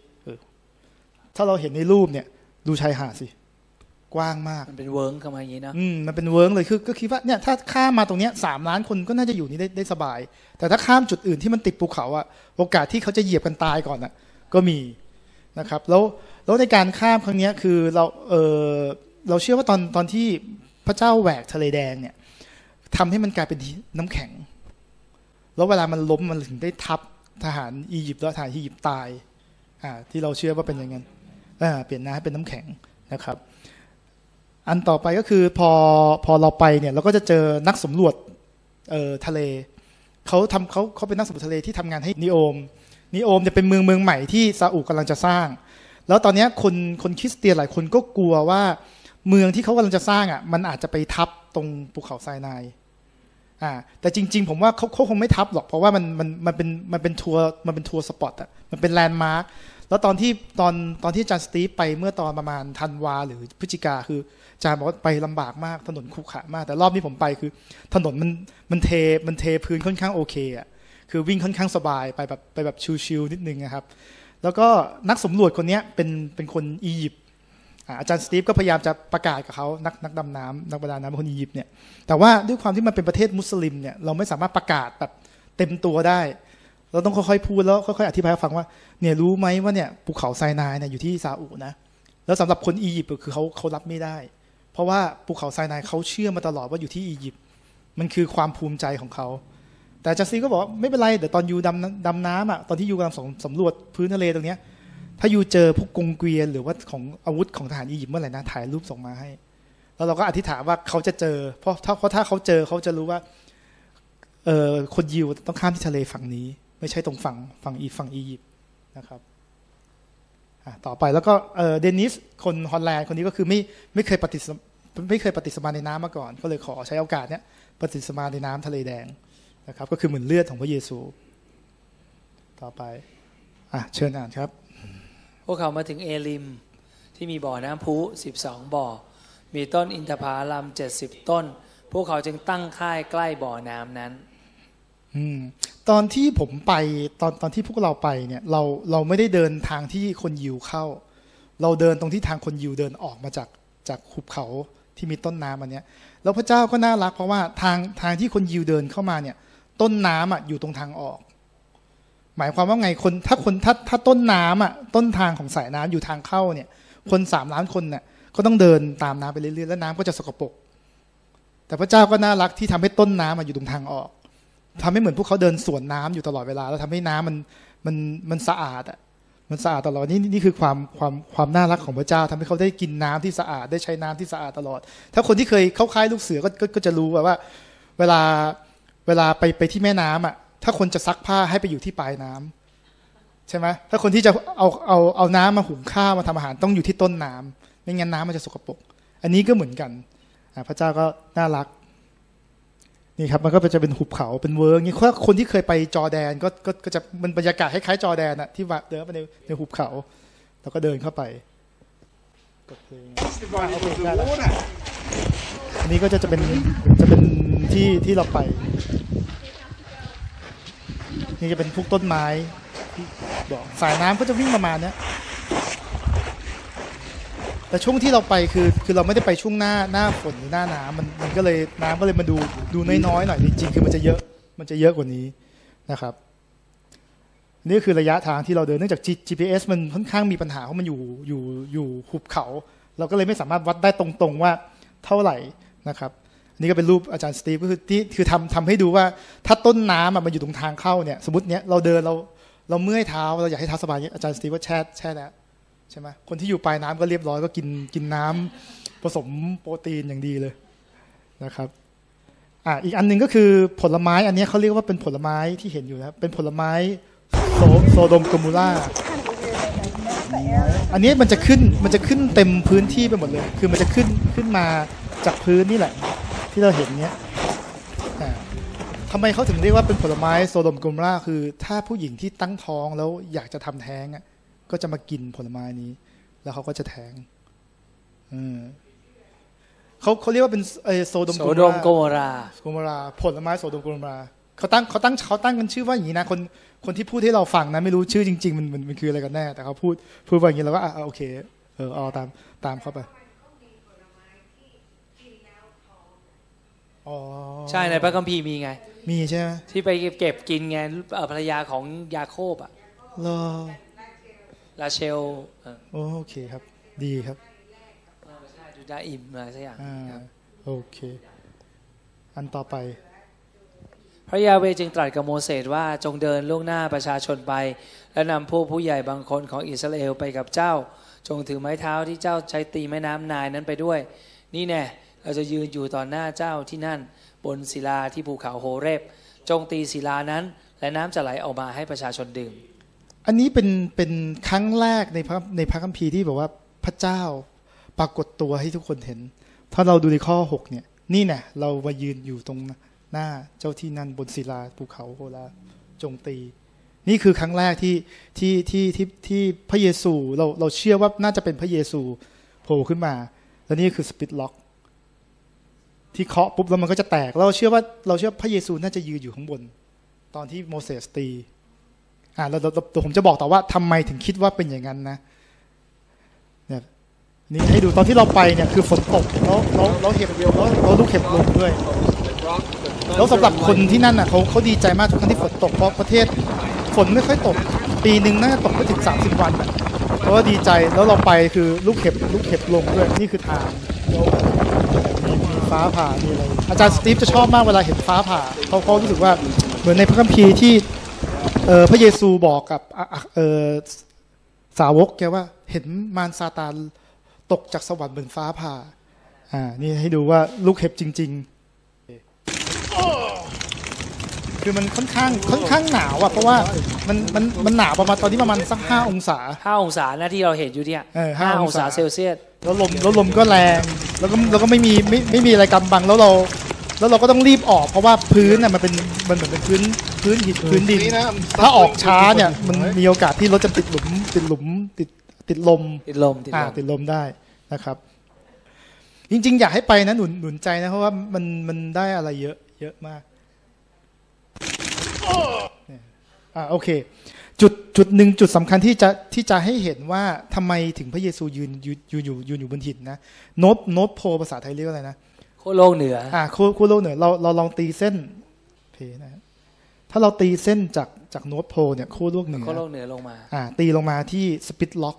ในรูปเนี่ยดูชายหาดสิกว้างมากมันเป็นเวิร์กเข้ามาอย่างนี้นะมันเป็นเวิร์กเลยคือก็คิดว่าเนี่ยถ้าข้ามมาตรงเนี้ย3 ล้านคนก็น่าจะอยู่นี่ได้สบายแต่ถ้าข้ามจุดอื่นที่มันติดภูเขาอะโอกาสที่เขาจะเหยียบกันตายก่อนอะก็มีนะครับแล้วในการข้ามครั้งนี้คือเราเชื่อว่าตอนที่พระเจ้าแหวกทะเลแดงเนี่ยทำให้มันกลายเป็นน้ำแข็งแล้วเวลามันล้มมันถึงได้ทับทหารอียิปต์แล้วทหารอียิปต์ตายที่เราเชื่อว่าเป็นอย่างนั้นเปลี่ยนน้ำให้เป็นน้ำแข็งนะครับอันต่อไปก็คือพอเราไปเนี่ยเราก็จะเจอนักสำรวจทะเลเขาเป็นนักสำรวจทะเลที่ทำงานให้นีโอมจะเป็นเมืองใหม่ที่ซาอุกำลังจะสร้างแล้วตอนนี้คนคริสเตียนหลายคนก็กลัวว่าเมืองที่เขากำลังจะสร้างมันอาจจะไปทับตรงภูเขาไซนายแต่จริงๆผมว่าเขาคงไม่ทับหรอกเพราะว่ามันเป็นทัวร์สปอตมันเป็นแลนด์มาร์คแล้วตอนที่อาจารย์สตีฟไปเมื่อตอนประมาณธันวาหรือพฤศจิกาคืออาจารย์บอกว่าไปลำบากมากถนนขรุขระมากแต่รอบนี้ผมไปคือถนนมันเทพื้นค่อนข้างโอเคคือวิ่งค่อนข้างสบายไปแบบชิลๆนิดนึงนะครับแล้วก็นักสำรวจคนนี้เป็นคนอียิปต์อาจารย์สตีฟก็พยายามจะประกาศกับเขานักดำน้ำนักประดาน้ำเป็นคนอียิปต์เนี่ยแต่ว่าด้วยความที่มันเป็นประเทศมุสลิมเนี่ยเราไม่สามารถประกาศแบบเต็มตัวได้เราต้องค่อยๆพูดแล้วค่อยๆอธิบายให้ฟังว่าเนี่ยรู้ไหมว่าเนี่ยภูเขาไซนายเนี่ยอยู่ที่ซาอุนะแล้วสำหรับคนอียิปต์คือเขารับไม่ได้เพราะว่าภูเขาไซนายเขาเชื่อมาตลอดว่าอยู่ที่อียิปต์มันคือความภูมิใจของเขาแต่อาจารย์สตีฟก็บอกไม่เป็นไรเดี๋ยวตอนยูดำน้ำตอนที่ยูกำลังสำรวจพื้นทะเลตรงเนี้ยถ้ายูเจอพวกกงเกวียนหรือว่าของอาวุธของทหารอียิปต์เมื่อไหร่นะถ่ายรูปส่งมาให้แล้วเราก็อธิษฐานว่าเขาจะเจอเพราะถ้าเขาเจอเขาจะรู้ว่าคนยิวต้องข้ามที่ทะเลฝั่งนี้ไม่ใช่ตรงฝั่งอียิปต์นะครับต่อไปแล้วก็เดนิสคนฮอลแลนด์คนนี้ก็คือไม่เคยปฏิสมาในน้ำมาก่อนก็เลยขอใช้โอกาสเนี้ยปฏิสมาในน้ำทะเลแดงนะครับก็คือเหมือนเลือดของพระเยซูต่อไปเชิญอ่านครับพวกเขามาถึงเอลิมที่มีบ่อน้ำพุ12 บ่อมีต้นอินทผลัม70 ต้นพวกเขาจึงตั้งค่ายใกล้บ่อน้ำนั้นตอนที่ผมไปตอนที่พวกเราไปเนี่ยเราไม่ได้เดินทางที่คนยิวเข้าเราเดินตรงที่ทางคนยิวเดินออกมาจากหุบเขาที่มีต้นน้ำอันเนี้ยแล้วพระเจ้าก็น่ารักเพราะว่าทางที่คนยิวเดินเข้ามาเนี่ยต้นน้ำอยู่ตรงทางออกหมายความว่าไงถ้าต้นน้ำต้นทางของสายน้ำอยู่ทางเข้าเนี่ยคน3 ล้านคนเนี่ยก็ต้องเดินตามน้ำไปเรื่อยๆแล้วน้ำก็จะสกปรกแต่พระเจ้าก็น่ารักที่ทำให้ต้นน้ำอยู่ตรงทางออกทำให้เหมือนพวกเขาเดินสวนน้ำอยู่ตลอดเวลาแล้วทำให้น้ำมันสะอาดมันสะอาดตลอดนี่คือความน่ารักของพระเจ้าทำให้เขาได้กินน้ำที่สะอาดได้ใช้น้ำที่สะอาดตลอดถ้าคนที่เคยเข้าค่ายลูกเสือก็จะรู้ว่าเวลาไปที่แม่น้ำถ้าคนจะซักผ้าให้ไปอยู่ที่ปลายน้ำใช่ไหมถ้าคนที่จะเอาน้ำมาหุงข้าวมาทำอาหารต้องอยู่ที่ต้นน้ำไม่งั้นน้ำมันจะสกปรกอันนี้ก็เหมือนกันพระเจ้าก็น่ารักนี่ครับมันก็จะเป็นหุบเขาเป็นเวิร์กนี่คนที่เคยไปจอร์แดนก็จะมันบรรยากาศคล้ายๆจอร์แดนที่เดินไปในหุบเขาแล้วก็เดินเข้าไปอันนี้ก็จะเป็นที่เราไปนี่จะเป็นพวกต้นไม้บอกสายน้ำก็จะวิ่งประมาณนี้แต่ช่วงที่เราไปคือเราไม่ได้ไปช่วงหน้าฝนหรือหน้าน้ำมันก็เลยน้ำก็เลยมาดูน้อยๆหน่อยจริงๆคือมันจะเยอะกว่านี้นะครับนี่คือระยะทางที่เราเดินเนื่องจาก GPS มันค่อนข้างมีปัญหาเพราะมันอยู่หุบเขาเราก็เลยไม่สามารถวัดได้ตรงๆว่าเท่าไหร่นะครับนี่ก็เป็นรูปอาจารย์สตีฟก็คือทำให้ดูว่าถ้าต้นน้ำมันอยู่ตรงทางเข้าเนี่ยสมมติเนี้ยเราเดินเราเมื่อยเท้าเราอยากให้เท้าสบายอาจารย์สตีฟก็แช่แล้วใช่ไหมคนที่อยู่ปลายน้ำก็เรียบร้อยก็กินน้ำผสมโปรตีนอย่างดีเลยนะครับอีกอันนึงก็คือผลไม้อันนี้เขาเรียกว่าเป็นผลไม้ที่เห็นอยู่นะครับเป็นผลไม้โซโดมกอมูราอันนี้มันจะขึ้นเต็มพื้นที่ไปหมดเลยคือมันจะขึ้นมาจากพื้นนี่แหละที่เราเห็นเนี้ยทำไมเขาถึงเรียกว่าเป็นผลไม้โซโดมโกโมราคือถ้าผู้หญิงที่ตั้งท้องแล้วอยากจะทำแท้งอ่ะก็จะมากินผลไม้นี้แล้วเขาก็จะแท้งเขาเรียกว่าเป็นโซโดมโกโมราผลไม้โซโดมโกโมราเขาตั้งกันชื่อว่าอย่างนี้นะคนที่พูดให้เราฟังนะไม่รู้ชื่อจริงๆมันคืออะไรกันแน่แต่เขาพูดว่าอย่างนี้เราก็โอเคเอาตามเข้าไปใช่ในพระคัมภีร์มีไงมีใช่ไหมที่ไปเก็บกินไงภรรยาของยาโคบอ่ะลาเชลโอเคครับดีครับใช่จูดาอิมอะไรสักอย่างโอเคอันต่อไปพระยาเวห์จึงตรัสกับโมเสสว่าจงเดินล่วงหน้าประชาชนไปและนำผู้ใหญ่บางคนของอิสราเอลไปกับเจ้าจงถือไม้เท้าที่เจ้าใช้ตีแม่น้ำนายนั้นไปด้วยนี่แน่เราจะยืนอยู่ต่อหน้าเจ้าที่นั่นบนศิลาที่ภูเขาโฮเรบจงตีศิลานั้นและน้ำจะไหลออกมาให้ประชาชนดื่มอันนี้เป็นครั้งแรกในพระคัมภีร์ที่บอกว่าพระเจ้าปรากฏตัวให้ทุกคนเห็นถ้าเราดูในข้อ6เนี่ยนี่แน่เรามายืนอยู่ตรงหน้าเจ้าที่นั่นบนศิลาภูเขาโฮเรบจงตีนี่คือครั้งแรกที่พระเยซูเราเชื่อว่าน่าจะเป็นพระเยซูโผล่ขึ้นมาแล้วนี่คือสปิริตล็อกที่เคาะปุ๊บแล้วมันก็จะแตกเราเชื่อพระเยซูน่าจะยืนอยู่ข้างบนตอนที่โมเสสตีแล้วผมจะบอกต่อว่าทำไมถึงคิดว่าเป็นอย่างนั้นนะเนี่ยนี่ให้ดูตอนที่เราไปเนี่ยคือฝนตกแล้วเห็บแล้วลูกเห็บลงด้วยแล้วสำหรับคนที่นั่นน่ะเขาดีใจมากทุกครั้งที่ฝนตกเพราะประเทศฝนไม่ค่อยตกปีนึงน่าจะตกไม่ถึง30 วันเพราะว่าดีใจแล้วเราไปคือลูกเห็บลงด้วยนี่คือทางมีฟ้าผ่ามีอะไรอาจารย์สตีฟจะชอบมากเวลาเห็นฟ้าผ่าเขารู้สึกว่าเหมือนในพระคัมภีร์ที่พระเยซูบอกกับสาวกแกว่าเห็นมารซาตานตกจากสวรรค์เหมือนฟ้าผ่านี่ให้ดูว่าลูกเห็บจริงๆคือมันค่อนข้างหนาวอ่ะเพราะว่ามันหนาวประมาณตอนนี้ประมาณสัก5 องศา 5 องศานะที่เราเห็นอยู่เนี่ย5 องศาเซลเซียสแล้วลมก็แรงแล้วก็ไม่มีอะไรกำบังแล้วเราก็ต้องรีบออกเพราะว่าพื้นน่ะมันเหมือนเป็นพื้นหินพื้นดินถ้าออกช้าเนี่ยมันมีโอกาสที่รถจะติดลมได้นะครับจริงๆอยากให้ไปนะหนุนใจนะเพราะว่ามันได้อะไรเยอะมากโอเคจุดหนึ่งจุดสำคัญที่จะให้เห็นว่าทำไมถึงพระเยซูยืนอยู่บนหินนะโน้ตโพภาษาไทยเรียกอะไรนะโคโลกเหนือโคโลกเหนือเราลองตีเส้นเพนะถ้าเราตีเส้นจากโน้ตโพเนี่ยโคโลกเหนือลงมาตีลงมาที่สปิริตล็อก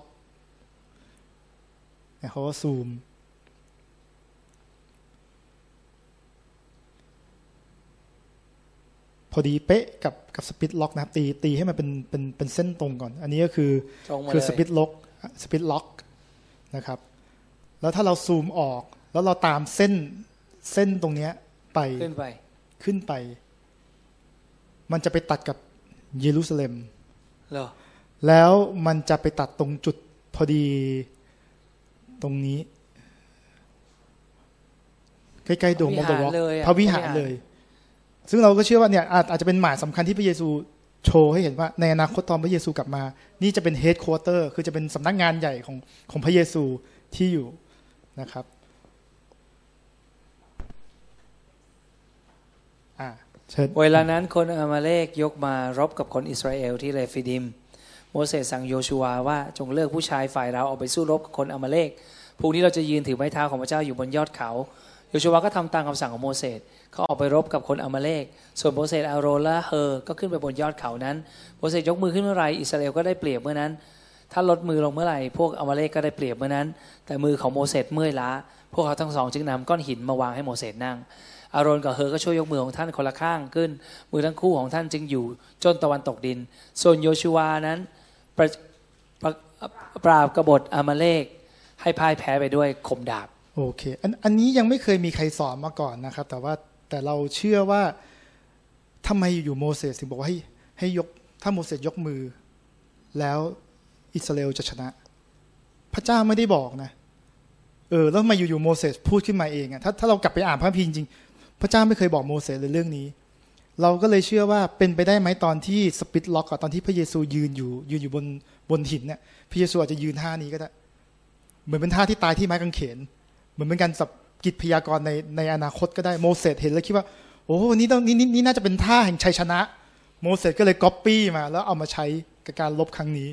เนี่ยเขาก็ซูมพอดีเป๊ะกับสปิริตล็อกนะครับตีให้มันเป็นเส้นตรงก่อนอันนี้ก็คือสปิริตล็อกนะครับแล้วถ้าเราซูมออกแล้วเราตามเส้นตรงนี้ไปขึ้นไปมันจะไปตัดกับเยรูซาเล็มแล้วมันจะไปตัดตรงจุดพอดีตรงนี้ใกล้ๆโดมมอลล์พระวิหารเลยซึ่งเราก็เชื่อว่าเนี่ยอาจจะเป็นหมายสำคัญที่พระเยซูโชว์ให้เห็นว่าในอนาคตตอนพระเยซูกลับมานี่จะเป็นเฮดควอเตอร์คือจะเป็นสำนักงานใหญ่ของพระเยซูที่อยู่นะครับเวลานั้นคนอามาเลกยกมารบกับคนอิสราเอลที่เรฟิดิมโมเสสสั่งโยชูวาว่าจงเลือกผู้ชายฝ่ายเราออกไปสู้รบกับคนอามาเลกพรุ่งนี้เราจะยืนถือไม้เท้าของพระเจ้าอยู่บนยอดเขาโยชูวาก็ทำตามคำสั่งของโมเสสเขาออกไปรบกับคนอามาเลกส่วนโมเสสอาโรนและเฮอก็ขึ้นไปบนยอดเขานั้นโมเสสยกมือขึ้นเมื่อไรอิสราเอลก็ได้เปรียบเมื่อนั้นถ้าลดมือลงเมื่อไหร่พวกอามาเลกก็ได้เปรียบเมื่อนั้นแต่มือของโมเสสเมื่อยล้าพวกเขาทั้งสองจึงนำก้อนหินมาวางให้โมเสสนั่งอาโรนกับเฮอก็ช่วยยกมือของท่านคนละข้างขึ้นมือทั้งคู่ของท่านจึงอยู่จนตะวันตกดินส่วนโยชูวานั้นปราบกบฏอามาเลกให้พ่ายแพ้ไปด้วยคมดาบโอเคอันนี้ยังไม่เคยมีใครสอนมาก่อนนะครับแต่เราเชื่อว่าทำไมอยู่โมเสสถึงบอกว่าให้ยกถ้าโมเสสยกมือแล้วอิสราเอลจะชนะพระเจ้าไม่ได้บอกนะแล้วมาอยู่โมเสสพูดขึ้นมาเองถ้าเรากลับไปอ่านพระคัมภีร์จริงพระเจ้าไม่เคยบอกโมเสสเลยเรื่องนี้เราก็เลยเชื่อว่าเป็นไปได้ไหมตอนที่สปิตล็อกตอนที่พระเยซูยืนอยู่บนหินเนี่ยพระเยซูอาจจะยืนท่านี้ก็ได้เหมือนเป็นท่าที่ตายที่ไม้กางเขนเหมือนเป็นการสับกิจพยากรณ์ในอนาคตก็ได้โมเสสเห็นแล้วคิดว่าโอ้นี่น่าจะเป็นท่าแห่งชัยชนะโมเสสก็เลยก๊อปปี้มาแล้วเอามาใช้กับการลบครั้งนี้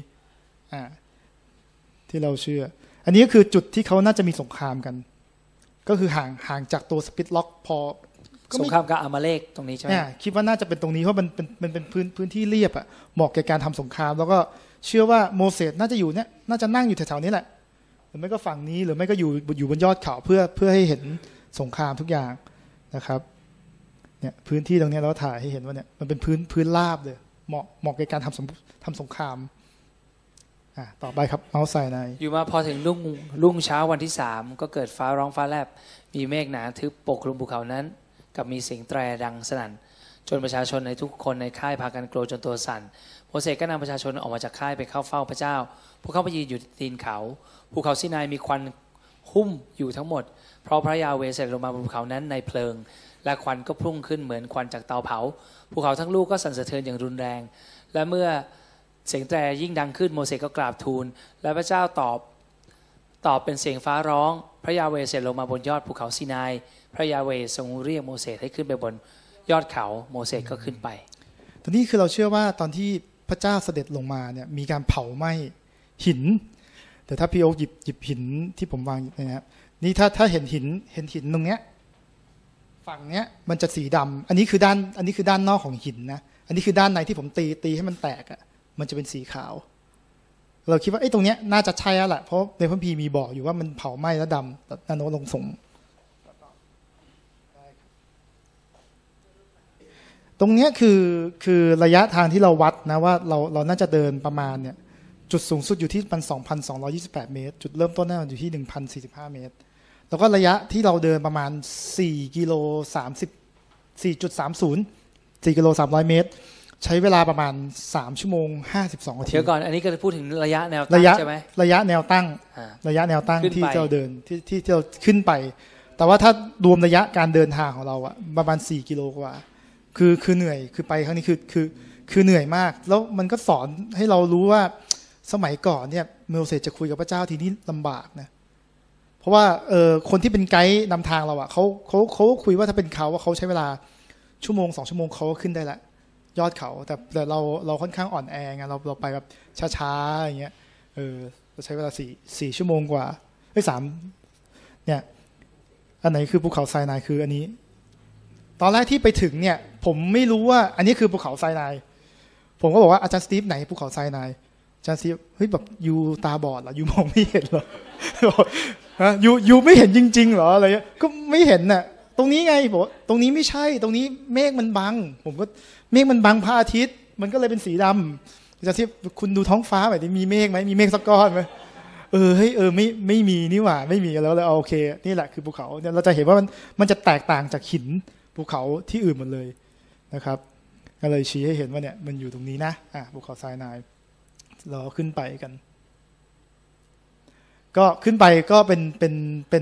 ที่เราเชื่ออันนี้ก็คือจุดที่เขาน่าจะมีสงครามกันก็คือห่างจากตัวสปิตล็อกพอสงครามกับอามาเลกตรงนี้ใช่ไหมคิดว่าน่าจะเป็นตรงนี้เพราะมันเป็นพื้นที่เรียบเหมาะแก่การทำสงครามแล้วก็เชื่อว่าโมเสสน่าจะอยู่เนี่ยน่าจะนั่งอยู่แถวๆนี้แหละหรือไม่ก็ฝั่งนี้หรือไม่ก็อยู่บนยอดเขาเพื่อให้เห็นสงครามทุกอย่างนะครับเนี่ยพื้นที่ตรงนี้เราถ่ายให้เห็นว่าเนี่ยมันเป็นพื้นราบเลยเหมาะแก่การทำสงครามต่อไปครับเอาใส่ในอยู่มาพอถึงรุ่งเช้าวันที่3ก็เกิดฟ้าร้องฟ้าแลบมีเมฆหนาทึบปกคลุมภูเขานั้นกับมีเสียงแตรดังสนั่นจนประชาชนในทุกคนในค่ายพากันกลัวจนตัวสั่นโมเสสก็นำประชาชนออกมาจากค่ายไปเข้าเฝ้าพระเจ้าพวกเขาไปยืนอยู่ตีนเขาภูเขาซีนายมีควันหุ้มอยู่ทั้งหมดเพราะพระยาเวห์เสด็จลงมาบนภูเขานั้นในเพลิงและควันก็พุ่งขึ้นเหมือนควันจากเตาเผาภูเขาทั้งลูกก็สั่นสะเทือนอย่างรุนแรงและเมื่อเสียงแตรยิ่งดังขึ้นโมเสสก็กราบทูลและพระเจ้าตอบเป็นเสียงฟ้าร้องพระยาเวห์เสด็จลงมาบนยอดภูเขาซีนายพระยาเวห์ทรงเรียกโมเสสให้ขึ้นไปบนยอดเขาโมเสสก็ขึ้นไปตอนนี้คือเราเชื่อว่าตอนที่พระเจ้าเสด็จลงมาเนี่ยมีการเผาไหม้หินแต่ถ้าพี่โอ๊คหยิบหินที่ผมวางนะครับนี่ถ้าเห็นหินตรงเนี้ยฝั่งเนี้ยมันจะสีดำอันนี้คือด้านนอกของหินนะอันนี้คือด้านในที่ผมตีให้มันแตกมันจะเป็นสีขาวเราคิดว่าไอ้ตรงเนี้ยน่าจะใช่แล้วแหละเพราะในพระคัมภีร์มีบอกอยู่ว่ามันเผาไหม้แล้วดำนาโนลงส่งตรงนี้คือระยะทางที่เราวัดนะว่าเราน่าจะเดินประมาณเนี่ยจุดสูงสุดอยู่ที่2,228 เมตรจุดเริ่มต้นน่าจะอยู่ที่ 1,045 เมตรแล้วก็ระยะที่เราเดินประมาณ4กิโล4.30 กิโล300 เมตรใช้เวลาประมาณ3ชั่วโมง52 นาทีเดี๋ยวก่อนอันนี้ก็จะพูดถึงระยะแนวตั้งใช่ไหมระยะแนวตั้งที่เราเดินที่เราขึ้นไปแต่ว่าถ้ารวมระยะการเดินทางของเราประมาณ4กิโลกว่าคือเหนื่อยคือไปครั้งนี้คือเหนื่อยมากแล้วมันก็สอนให้เรารู้ว่าสมัยก่อนเนี่ยโมเสสจะคุยกับพระเจ้าทีนี้ลำบากนะเพราะว่าคนที่เป็นไกด์นำทางเราเขาคุยว่าถ้าเป็นเขาว่าเขาใช้เวลาชั่วโมง2 ชั่วโมงเขาก็ขึ้นได้ละยอดเขาแต่เราค่อนข้างอ่อนแอไงเราไปแบบช้าๆอย่างเงี้ยเราใช้เวลา4 ชั่วโมงกว่า3เนี่ยอันไหนคือภูเขาไซนายคืออันนี้ตอนแรกที่ไปถึงเนี่ยผมไม่รู้ว่าอันนี้คือภูเขาไซนายผมก็บอกว่าอาจารย์สตีฟไหนภูเขาไซนายอาจารย์สตีฟเฮ้ยแบบยูตาบอดเหรอยูมองไม่เห็นเหรอฮะยูไม่เห็นจริงๆเหรออะไรก็ไม่เห็นน่ะตรงนี้ไงบอกตรงนี้ไม่ใช่ตรงนี้เมฆมันบังผมก็เมฆมันบังพระอาทิตย์มันก็เลยเป็นสีดำอาจารย์สตีฟคุณดูท้องฟ้าแบบนี้มีเมฆไหมมีเมฆสักก้อนไหมไม่มีนี่หว่าไม่มีแล้วเลยโอเคนี่แหละคือภูเขาเนี่ยเราจะเห็นว่ามันจะแตกต่างจากหินภูเขาที่อื่นหมดเลยนะครับก็เลยชี้ให้เห็นว่าเนี่ยมันอยู่ตรงนี้นะภูเขาไซนายเราขึ้นไปกันก็ขึ้นไปก็เป็น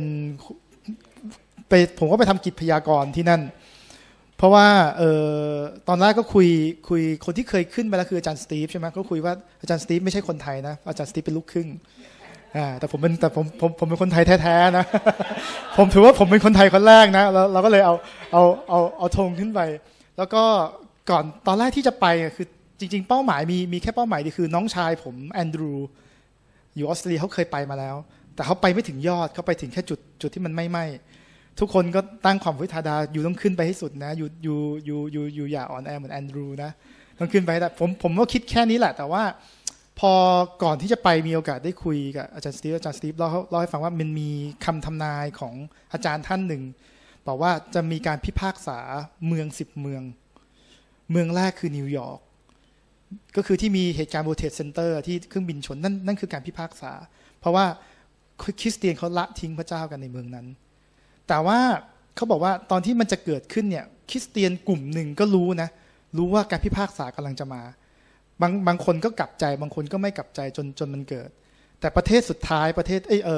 ผมก็ไปทำกิจพยากรณ์ที่นั่นเพราะว่าตอนแรกก็คุยคนที่เคยขึ้นไปแล้วคืออาจารย์สตีฟใช่ไหมก็คุยว่าอาจารย์สตีฟไม่ใช่คนไทยนะอาจารย์สตีฟเป็นลูกครึ่งแต่ผมเป็นคนไทยแท้ๆนะผมถือว่าผมเป็นคนไทยคนแรกนะแล้วเราก็เลยเอาธงขึ้นไปแล้วก็ก่อนตอนแรกที่จะไปคือจริงๆเป้าหมายมีแค่เป้าหมายเดียวคือน้องชายผมแอนดรูอยู่ออสเตรเลียเขาเคยไปมาแล้วแต่เขาไปไม่ถึงยอดเขาไปถึงแค่จุดที่มันไม่ไหม้ทุกคนก็ตั้งความวิทาดาอยู่ต้องขึ้นไปให้สุดนะอยู่อย่าอ่อนแอเหมือนแอนดรูนะต้องขึ้นไปแต่ผมก็คิดแค่นี้แหละแต่ว่าพอก่อนที่จะไปมีโอกาสได้คุยกับอาจารย์สตีฟเล่าให้ฟังว่ามันมีคำทำนายของอาจารย์ท่านหนึ่งบอกว่าจะมีการพิพากษาเมือง10 เมืองแรกคือนิวยอร์กก็คือที่มีเหตุการณ์ World Trade Center ที่เครื่องบินชนนั่นคือการพิพากษาเพราะว่าคริสเตียนเขาละทิ้งพระเจ้ากันในเมืองนั้นแต่ว่าเขาบอกว่าตอนที่มันจะเกิดขึ้นเนี่ยคริสเตียนกลุ่มหนึ่งก็รู้ว่าการพิพากษากำลังจะมาบางคนก็กลับใจบางคนก็ไม่กลับใจจนมันเกิดแต่ประเทศสุดท้าย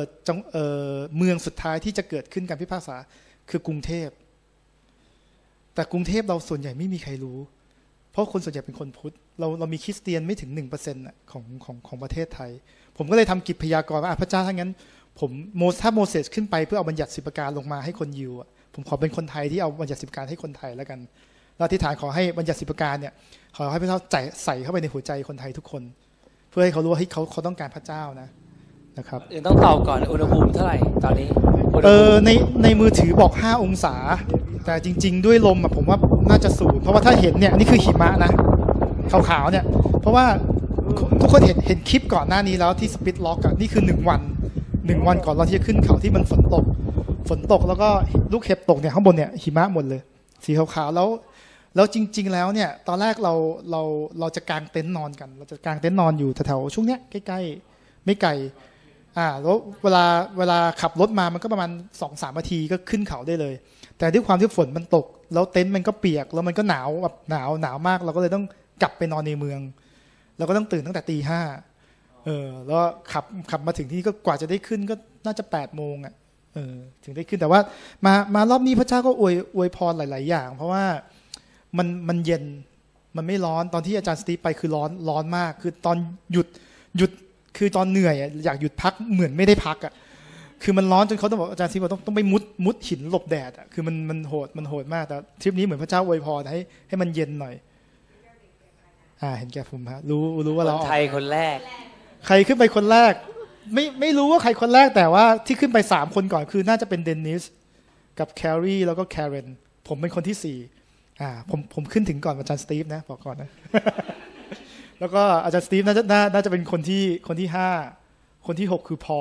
เมืองสุดท้ายที่จะเกิดขึ้นการพิพากษาคือกรุงเทพแต่กรุงเทพเราส่วนใหญ่ไม่มีใครรู้เพราะคนส่วนใหญ่เป็นคนพุทธเรามีคริสเตียนไม่ถึง 1% ของประเทศไทยผมก็เลยทำกิจพยากรณ์ว่าพระเจ้าถ้างั้นถ้าโมเสสขึ้นไปเพื่อเอาบัญญัติ10 ประการลงมาให้คนยิวผมขอเป็นคนไทยที่เอาบัญญัติ10 ประการให้คนไทยแล้วกันเราอธิษฐานขอให้บัญญัติ10 ประการเนี่ยขอให้พระเจ้าใส่เข้าไปในหัวใจคนไทยทุกคนเพื่อให้เขารู้ว่าเขาต้องการพระเจ้านะครับต้องตอบก่อนอุณหภูมิเท่าไหร่ตอนนี้ในมือถือบอก5 องศาแต่จริงๆด้วยลมผมว่าน่าจะสูงเพราะว่าถ้าเห็นเนี่ยนี่คือหิมะนะขาวๆเนี่ยเพราะว่าทุกคนเห็นคลิปก่อนหน้านี้แล้วที่สปิทล็อกนี่คือ1 วันก่อนเราที่จะขึ้นเขาที่มันฝนตกแล้วก็ลูกเห็บตกเนี่ยข้างบนเนี่ยหิมะหมดเลยสีขาวๆแล้วจริงๆแล้วเนี่ยตอนแรกเราจะกางเต็นท์นอนกันเราจะกางเต็นท์นอนอยู่แถวๆช่วงเนี้ยใกล้ๆไม่ไกลแล้วเวลาขับรถมามันก็ประมาณ 2-3 นาทีก็ขึ้นเขาได้เลยแต่ด้วยความที่ฝนมันตกแล้วเต็นท์มันก็เปียกแล้วมันก็หนาวแบบหนาวมากเราก็เลยต้องกลับไปนอนในเมืองเราก็ต้องตื่นตั้งแต่ตี 5แล้วขับมาถึงที่ก็กว่าจะได้ขึ้นก็น่าจะ8 โมงถึงได้ขึ้นแต่ว่ามารอบนี้พระเจ้าก็อวยพรหลายๆอย่างเพราะว่ามันเย็นมันไม่ร้อนตอนที่อาจารย์สตีฟไปคือร้อนมากคือตอนหยุดคือตอนเหนื่อยอยากหยุดพักเหมือนไม่ได้พักคือมันร้อนจนเขาต้องบอกอาจารย์สตีฟต้องไปมุดหินหลบแดดคือมันโหดมากแต่ทริปนี้เหมือนพระเจ้าอวยพรให้มันเย็นหน่อยเห็นแก่ผมฮะรู้ว่าเราไทยคนแรกใครขึ้นไปคนแรกไม่รู้ว่าใครคนแรกแต่ว่าที่ขึ้นไป3 คนก่อนคือน่าจะเป็นเดนนิสกับแครีแล้วก็แคเรนผมเป็นคนที่4ผมขึ้นถึงก่อนอาจารย์สตีฟนะบอกก่อนนะแล้วก็อาจารย์สตีฟน่าจะเป็นคนที่5คนที่6คือพอ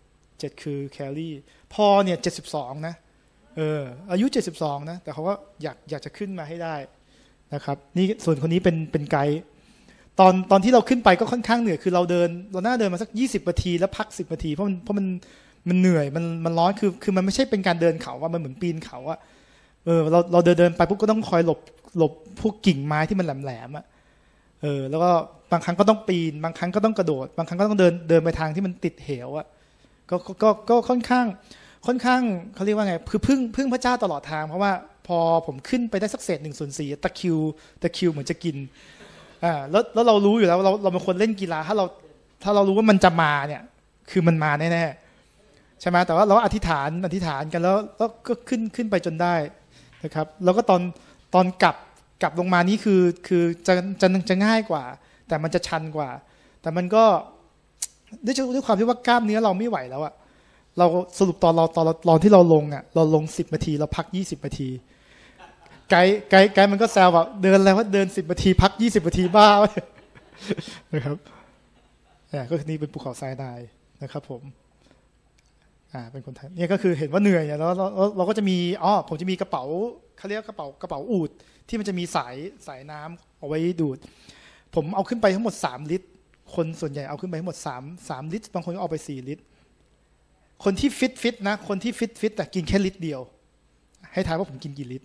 7คือแครีพอเนี่ย72นะอายุ72นะแต่เขาก็อยากจะขึ้นมาให้ได้นะครับนี่ส่วนคนนี้เป็นไกด์ตอนที่เราขึ้นไปก็ค่อนข้างเหนื่อยคือเราหน้าเดินมาสัก20 นาทีแล้วพัก10 นาทีเพราะมันเหนื่อยมันร้อนคือมันไม่ใช่เป็นการเดินเขาว่ามันเหมือนปีนเขาเราเดินไปปุ๊บก็ต้องคอยหลบพวกกิ่งไม้ที่มันแหลมแล้วก็บางครั้งก็ต้องปีนบางครั้งก็ต้องกระโดดบางครั้งก็ต้องเดินไปทางที่มันติดเหวก็ค่อนข้างเขาเรียกว่าไงคือพึ่งพระเจ้าตลอดทางเพราะว่าพอผมขึ้นไปได้สักเศษ1/4ตะคริวเหมือนจะกินแล้วเรารู้อยู่แล้วเราเป็นคนเล่นกีฬาถ้าเรารู้ว่ามันจะมาเนี่ยคือมันมาแน่ๆใช่ไหมแต่ว่าเราอธิษฐานกันแล้วก็ขึ้นไปจนได้นะครับแล้วก็ตอนกลับลงมานี่คือจะง่ายกว่าแต่มันจะชันกว่าแต่มันก็ด้วยความที่ว่ากล้ามเนื้อเราไม่ไหวแล้วเราสรุปตอนที่เราลง10 นาทีเราพัก20 นาทีไกด์มันก็แซวแบบเดินแล้วว่าเดิน10 นาทีพัก20 นาทีบ้านะครับก็นี่เป็นภูเขาทรายดายนะครับผมเป็นคนไทยนี่ก็คือเห็นว่าเหนื่อยแล้วเราก็จะมีผมจะมีกระเป๋าเขาเรียกกระเป๋าอูฐที่มันจะมีสายน้ำเอาไว้ดูดผมเอาขึ้นไปทั้งหมด3 ลิตรคนส่วนใหญ่เอาขึ้นไปทั้งหมด3 ลิตรบางคนก็เอาไป4 ลิตรคนที่ฟิตนะคนที่ฟิตแต่กินแค่ลิตรเดียวให้ทายว่าผมกินกี่ลิตร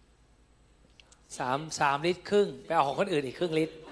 3 ลิตรครึ่งไปเอาของคนอื่นอีกครึ่งลิตร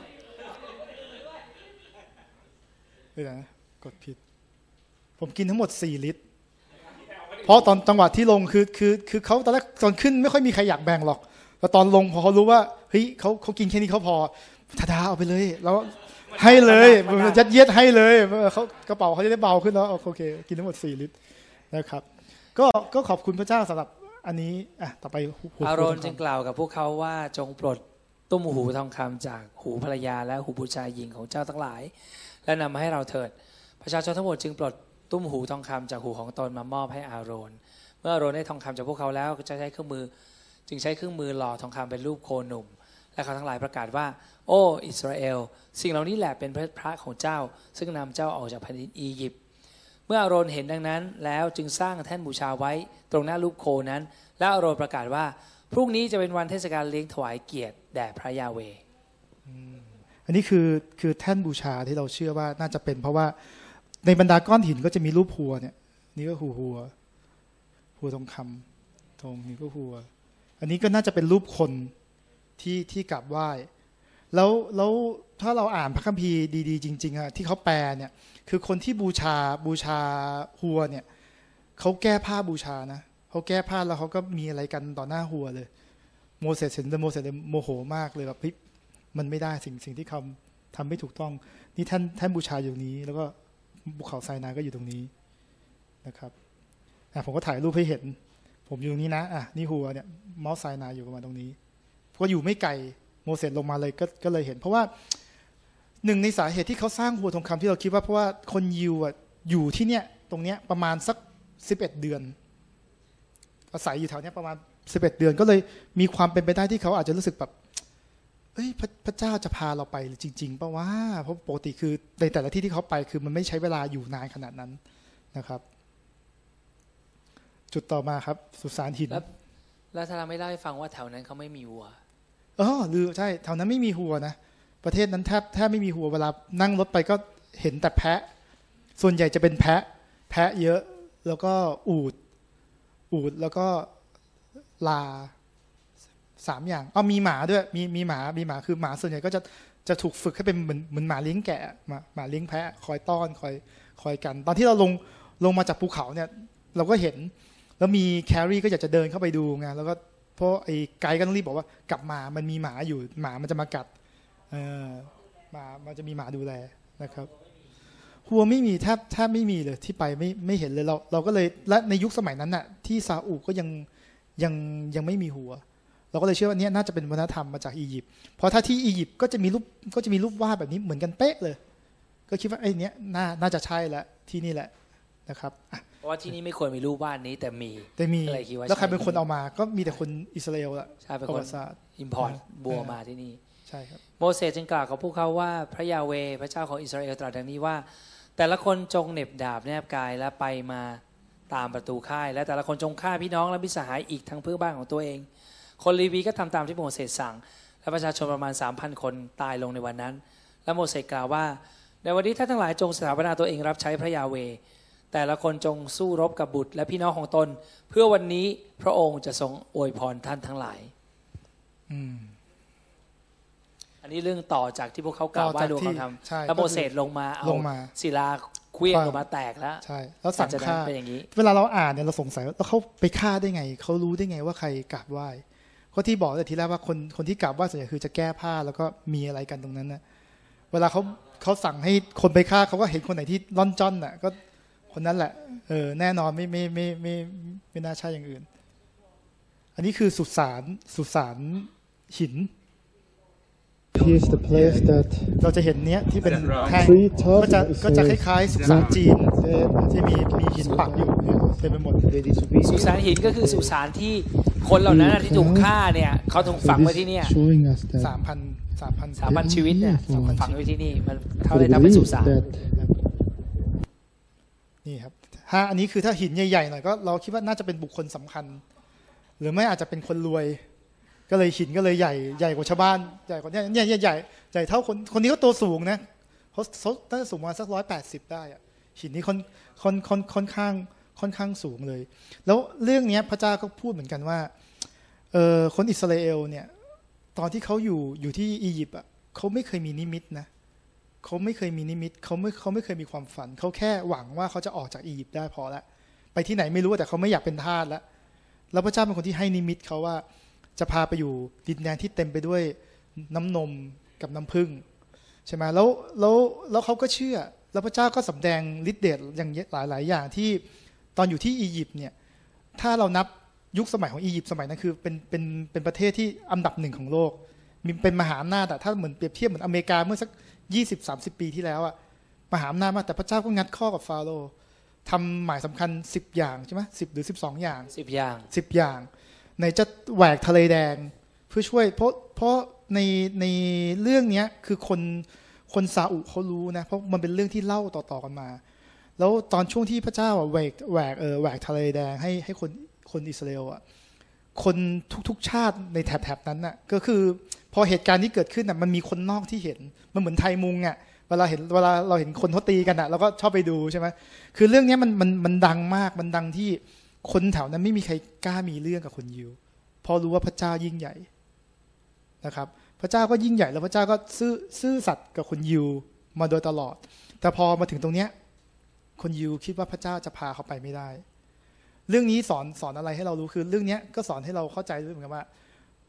ไม่นะกดผิดผมกินทั้งหมด4 ลิตรเพราะตอนจังหวะที่ลงคือเขาตอนแรกตอนขึ้นไม่ค่อยมีใครอยากแบ่งหรอกแต่ตอนลงพอเขารู้ว่าเฮ้ยเขากินแค่นี้เขาพอทาดาเอาไปเลยแล้วให้เลยยัดเยียดให้เลยเขากระเป๋าเขาจะได้เบาขึ้นแล้วโอเคกินทั้งหมด4 ลิตรนะครับก็ขอบคุณพระเจ้าสำหรับอันนี้ต่อไปอาโรนจึงกล่าวกับพวกเขาว่าจงปลดตุ้มหูทองคำจากหูภรรยาและหูบุตรชายหญิงของเจ้าทั้งหลายและนำมาให้เราเถิดประชาชนทั้งหมดจึงปลดตุ้มหูทองคำจากหูของตนมามอบให้อาโรนเมื่ออาโรนได้ทองคำจากพวกเขาแล้วก็จะใช้เครื่องมือหล่อทองคำเป็นรูปโคหนุ่มและเขาทั้งหลายประกาศว่าโอ้อิสราเอลสิ่งเหล่านี้แหละเป็นพระของเจ้าซึ่งนำเจ้าออกจากแผ่นดินอียิปต์เมื่ออาโรนเห็นดังนั้นแล้วจึงสร้างแท่นบูชาไว้ตรงหน้ารูปโคนั้นและอาโรนประกาศว่าพรุ่งนี้จะเป็นวันเทศกาลเลี้ยงถวายเกียรติแด่พระยาเวห์อันนี้คือแท่นบูชาที่เราเชื่อว่าน่าจะเป็นเพราะว่าในบรรดาก้อนหินก็จะมีรูปหัวเนี่ยนี่ก็หัวทองคำทองนี่ก็หัวอันนี้ก็น่าจะเป็นรูปคนที่กราบไหว้แล้วถ้าเราอ่านพระคัมภีร์ดีๆจริงๆที่เขาแปลเนี่ยคือคนที่บูชาหัวเนี่ยเขาแก้ผ้าบูชานะเขาแก้ผ้าแล้วเขาก็มีอะไรกันต่อหน้าหัวเลยโมเสสเห็นโมเสสเลยโมโหมากเลยแบบเฮ้ยมันไม่ได้สิ่งที่เขาทำไม่ถูกต้องนี่ท่านบูชาอยู่นี้แล้วก็ภูเขาไซนายก็อยู่ตรงนี้นะครับผมก็ถ่ายรูปให้เห็นผมอยู่ตรงนี้นะนี่หัวเนี่ยเมาส์ไซนายอยู่ประมาณตรงนี้ก็อยู่ไม่ไกลโมเสสลงมาเลยก็เลยเห็นเพราะว่าหนึ่งในสาเหตุที่เขาสร้างหัวทองคำที่เราคิดว่าเพราะว่าคนยิวอยู่ที่เนี่ยตรงเนี้ยประมาณสัก11 เดือนอาศัยอยู่แถวเนี้ยประมาณ11 เดือนก็เลยมีความเป็นไปได้ที่เขาอาจจะรู้สึกแบบเอ้ยพระเจ้าจะพาเราไปจริงๆป่ะว่าเพราะปกติคือในแต่ละที่ที่เขาไปคือมันไม่ใช้เวลาอยู่นานขนาดนั้นนะครับจุดต่อมาครับสุสานหินแล้วถ้าเราไม่เล่าให้ฟังว่าแถวนั้นเขาไม่มีวัวหรือใช่แถวนั้นไม่มีวัวนะประเทศนั้นแทบไม่มีวัวเวลานั่งรถไปก็เห็นแต่แพะส่วนใหญ่จะเป็นแพะเยอะแล้วก็อูฐแล้วก็ลา3 อย่างมีหมาด้วยมีหมาคือหมาส่วนใหญ่ก็จะถูกฝึกให้เป็นเหมือนหมาเลี้ยงแกะหมาเลี้ยงแพะคอยต้อนคอยกันตอนที่เราลงมาจากภูเขาเนี่ยเราก็เห็นแล้วมีแครี่ก็อยากจะเดินเข้าไปดูไงแล้วก็เพราะไอ้ไกด์ก็ต้องรีบบอกว่ากลับมามันมีหมาอยู่หมามันจะมากัดมันจะมีหมาดูแลนะครับหัวไม่มีแทบไม่มีเลยที่ไปไม่เห็นเลยเราก็เลยและในยุคสมัยนั้นน่ะที่ซาอุก็ยังไม่มีหัวเราก็เลยเชื่อว่านี้น่าจะเป็นวัฒนธรรมมาจากอียิปต์เพราะถ้าที่อียิปต์ก็จะมีรูปวาดแบบนี้เหมือนกันเป๊ะเลยก็คิดว่าไอ้นี้น่าจะใช่แล้วที่นี่แหละนะครับเพราะว่าที่นี่ไม่ควรมีรูปวาดนี้แต่มีแล้วใครเป็นคนเอามาก็มีแต่คนอิสราเอลละใช่เป็นคนอิมพอร์ตบัวมาที่นี่ใช่ครับโมเสสจึงกล่าวกับพวกเขาว่าพระยาเวห์พระเจ้าของอิสราเอลตรัสดังนี้ว่าแต่ละคนจงเหน็บดาบแนบกายและไปมาตามประตูค่ายและแต่ละคนจงฆ่าพี่น้องและมิตรสหายอีกทั้งเพื่อบ้านของตัวเองคนลีวีก็ทำตามที่โมเสสสั่งและประชาชนประมาณ 3,000 คนตายลงในวันนั้นและโมเสสกล่าวว่าในวันนี้ท่านทั้งหลายจงสถาปนาตัวเองรับใช้พระยาเวห์แต่ละคนจงสู้รบกับบุตรและพี่น้องของตนเพื่อวันนี้พระองค์จะทรงอวยพรท่านทั้งหลายอันนี้เรื่องต่อจากที่พวกเขากล่าวว่าดวงเขาทำแล้วโมเสสลงมาเอาศิลาเคลื่อนลงมาแตกแล้วใช่แล้วสั่งฆ่าเป็นอย่างนี้เวลาเราอ่านเนี่ยเราสงสัยแล้วเขาไปฆ่าได้ไงเขารู้ได้ไงว่าใครกราบไหว้ก็ที่บอกแต่ทีแรกว่าคนที่กราบไหว้ส่วนใหญ่คือจะแก้ผ้าแล้วก็มีอะไรกันตรงนั้นนะเวลาเขาสั่งให้คนไปฆ่าเขาก็เห็นคนไหนที่ร่อนจ้อนน่ะก็คนนั้นแหละแน่นอนไม่น่าใช่อย่างอื่นอันนี้คือสุสานหิน Here's the place that เราจะเห็นเนี้ยที่เป็นแท่งก็จะคล้ายๆสุสานจีนที่มีหินปักอยู่เนี่ยเต็มไปหมดสุสานหินก็คือสุสานที่คนเหล่านั้นที่ถูกฆ่าเนี่ยเขาถูกฝังไว้ที่เนี่ย3,000 ชีวิตเนี่ยฝังไว้ที่นี่มันเขาเลยทำเป็นสุสานนี่ครับอันนี้คือถ้าหินใหญ่ๆหน่อยก็เราคิดว่าน่าจะเป็นบุคคลสำคัญหรือไม่อาจจะเป็นคนรวยก็เลยหินก็เลยใหญ่กว่าชาวบ้านใหญ่กว่าเนี่ยใหญ่เท่าคนนี้ก็ตัวสูงนะเขาน่าจะสูงมาสัก180ได้อะหินนี้ค่อนข้างสูงเลยแล้วเรื่องนี้พระเจ้าก็พูดเหมือนกันว่าคนอิสราเอลเนี่ยตอนที่เขาอยู่ที่อียิปต์อ่ะเขาไม่เคยมีนิมิตนะเขาไม่เคยมีนิมิตเขาไม่เคยมีความฝันเขาแค่หวังว่าเขาจะออกจากอียิปต์ได้พอละไปที่ไหนไม่รู้แต่เขาไม่อยากเป็นทาสแล้วพระเจ้าเป็นคนที่ให้นิมิตเขาว่าจะพาไปอยู่ดินแดนที่เต็มไปด้วยน้ำนมกับน้ำผึ้งใช่ไหมแล้วเขาก็เชื่อแล้วพระเจ้าก็สำแดงฤทธิ์เดชอย่างหลายอย่างที่ตอนอยู่ที่อียิปต์เนี่ยถ้าเรานับยุคสมัยของอียิปต์สมัยนั้นคือเป็นประเทศที่อันดับ1ของโลกมีเป็นมหาอำนาจถ้าเหมือนเปรียบเทียบเหมือนอเมริกาเมื่อสัก20-30 ปีที่แล้วมหาอำนาจมากแต่พระเจ้าก็งัดข้อกับฟาโรห์ทำหมายสำคัญ10 อย่างใช่ไหม10 หรือ 12 อย่าง 10 อย่างในจะแหวกทะเลแดงเพื่อช่วยเพราะในเรื่องนี้คือคนซาอุเขารู้นะเพราะมันเป็นเรื่องที่เล่าต่อกันมาแล้วตอนช่วงที่พระเจ้าแหวกทะเลแดงให้คนอิสราเอลคนทุกชาติในแถบนั้นน่ะก็คือพอเหตุการณ์ที่เกิดขึ้นมันมีคนนอกที่เห็นมันเหมือนไทยมุงเวลาเราเห็นคนเขาตีกันเราก็ชอบไปดูใช่ไหมคือเรื่องนี้มันดังมากมันดังที่คนแถวนั้นไม่มีใครกล้ามีเรื่องกับคนยิวพอรู้ว่าพระเจ้ายิ่งใหญ่นะครับพระเจ้าก็ยิ่งใหญ่แล้วพระเจ้าก็ซื่อสัตย์กับคนยิวมาโดยตลอดแต่พอมาถึงตรงเนี้ยคนยิวคิดว่าพระเจ้าจะพาเขาไปไม่ได้เรื่องนี้สอนอะไรให้เรารู้คือเรื่องนี้ก็สอนให้เราเข้าใจด้วยเหมือนกันว่า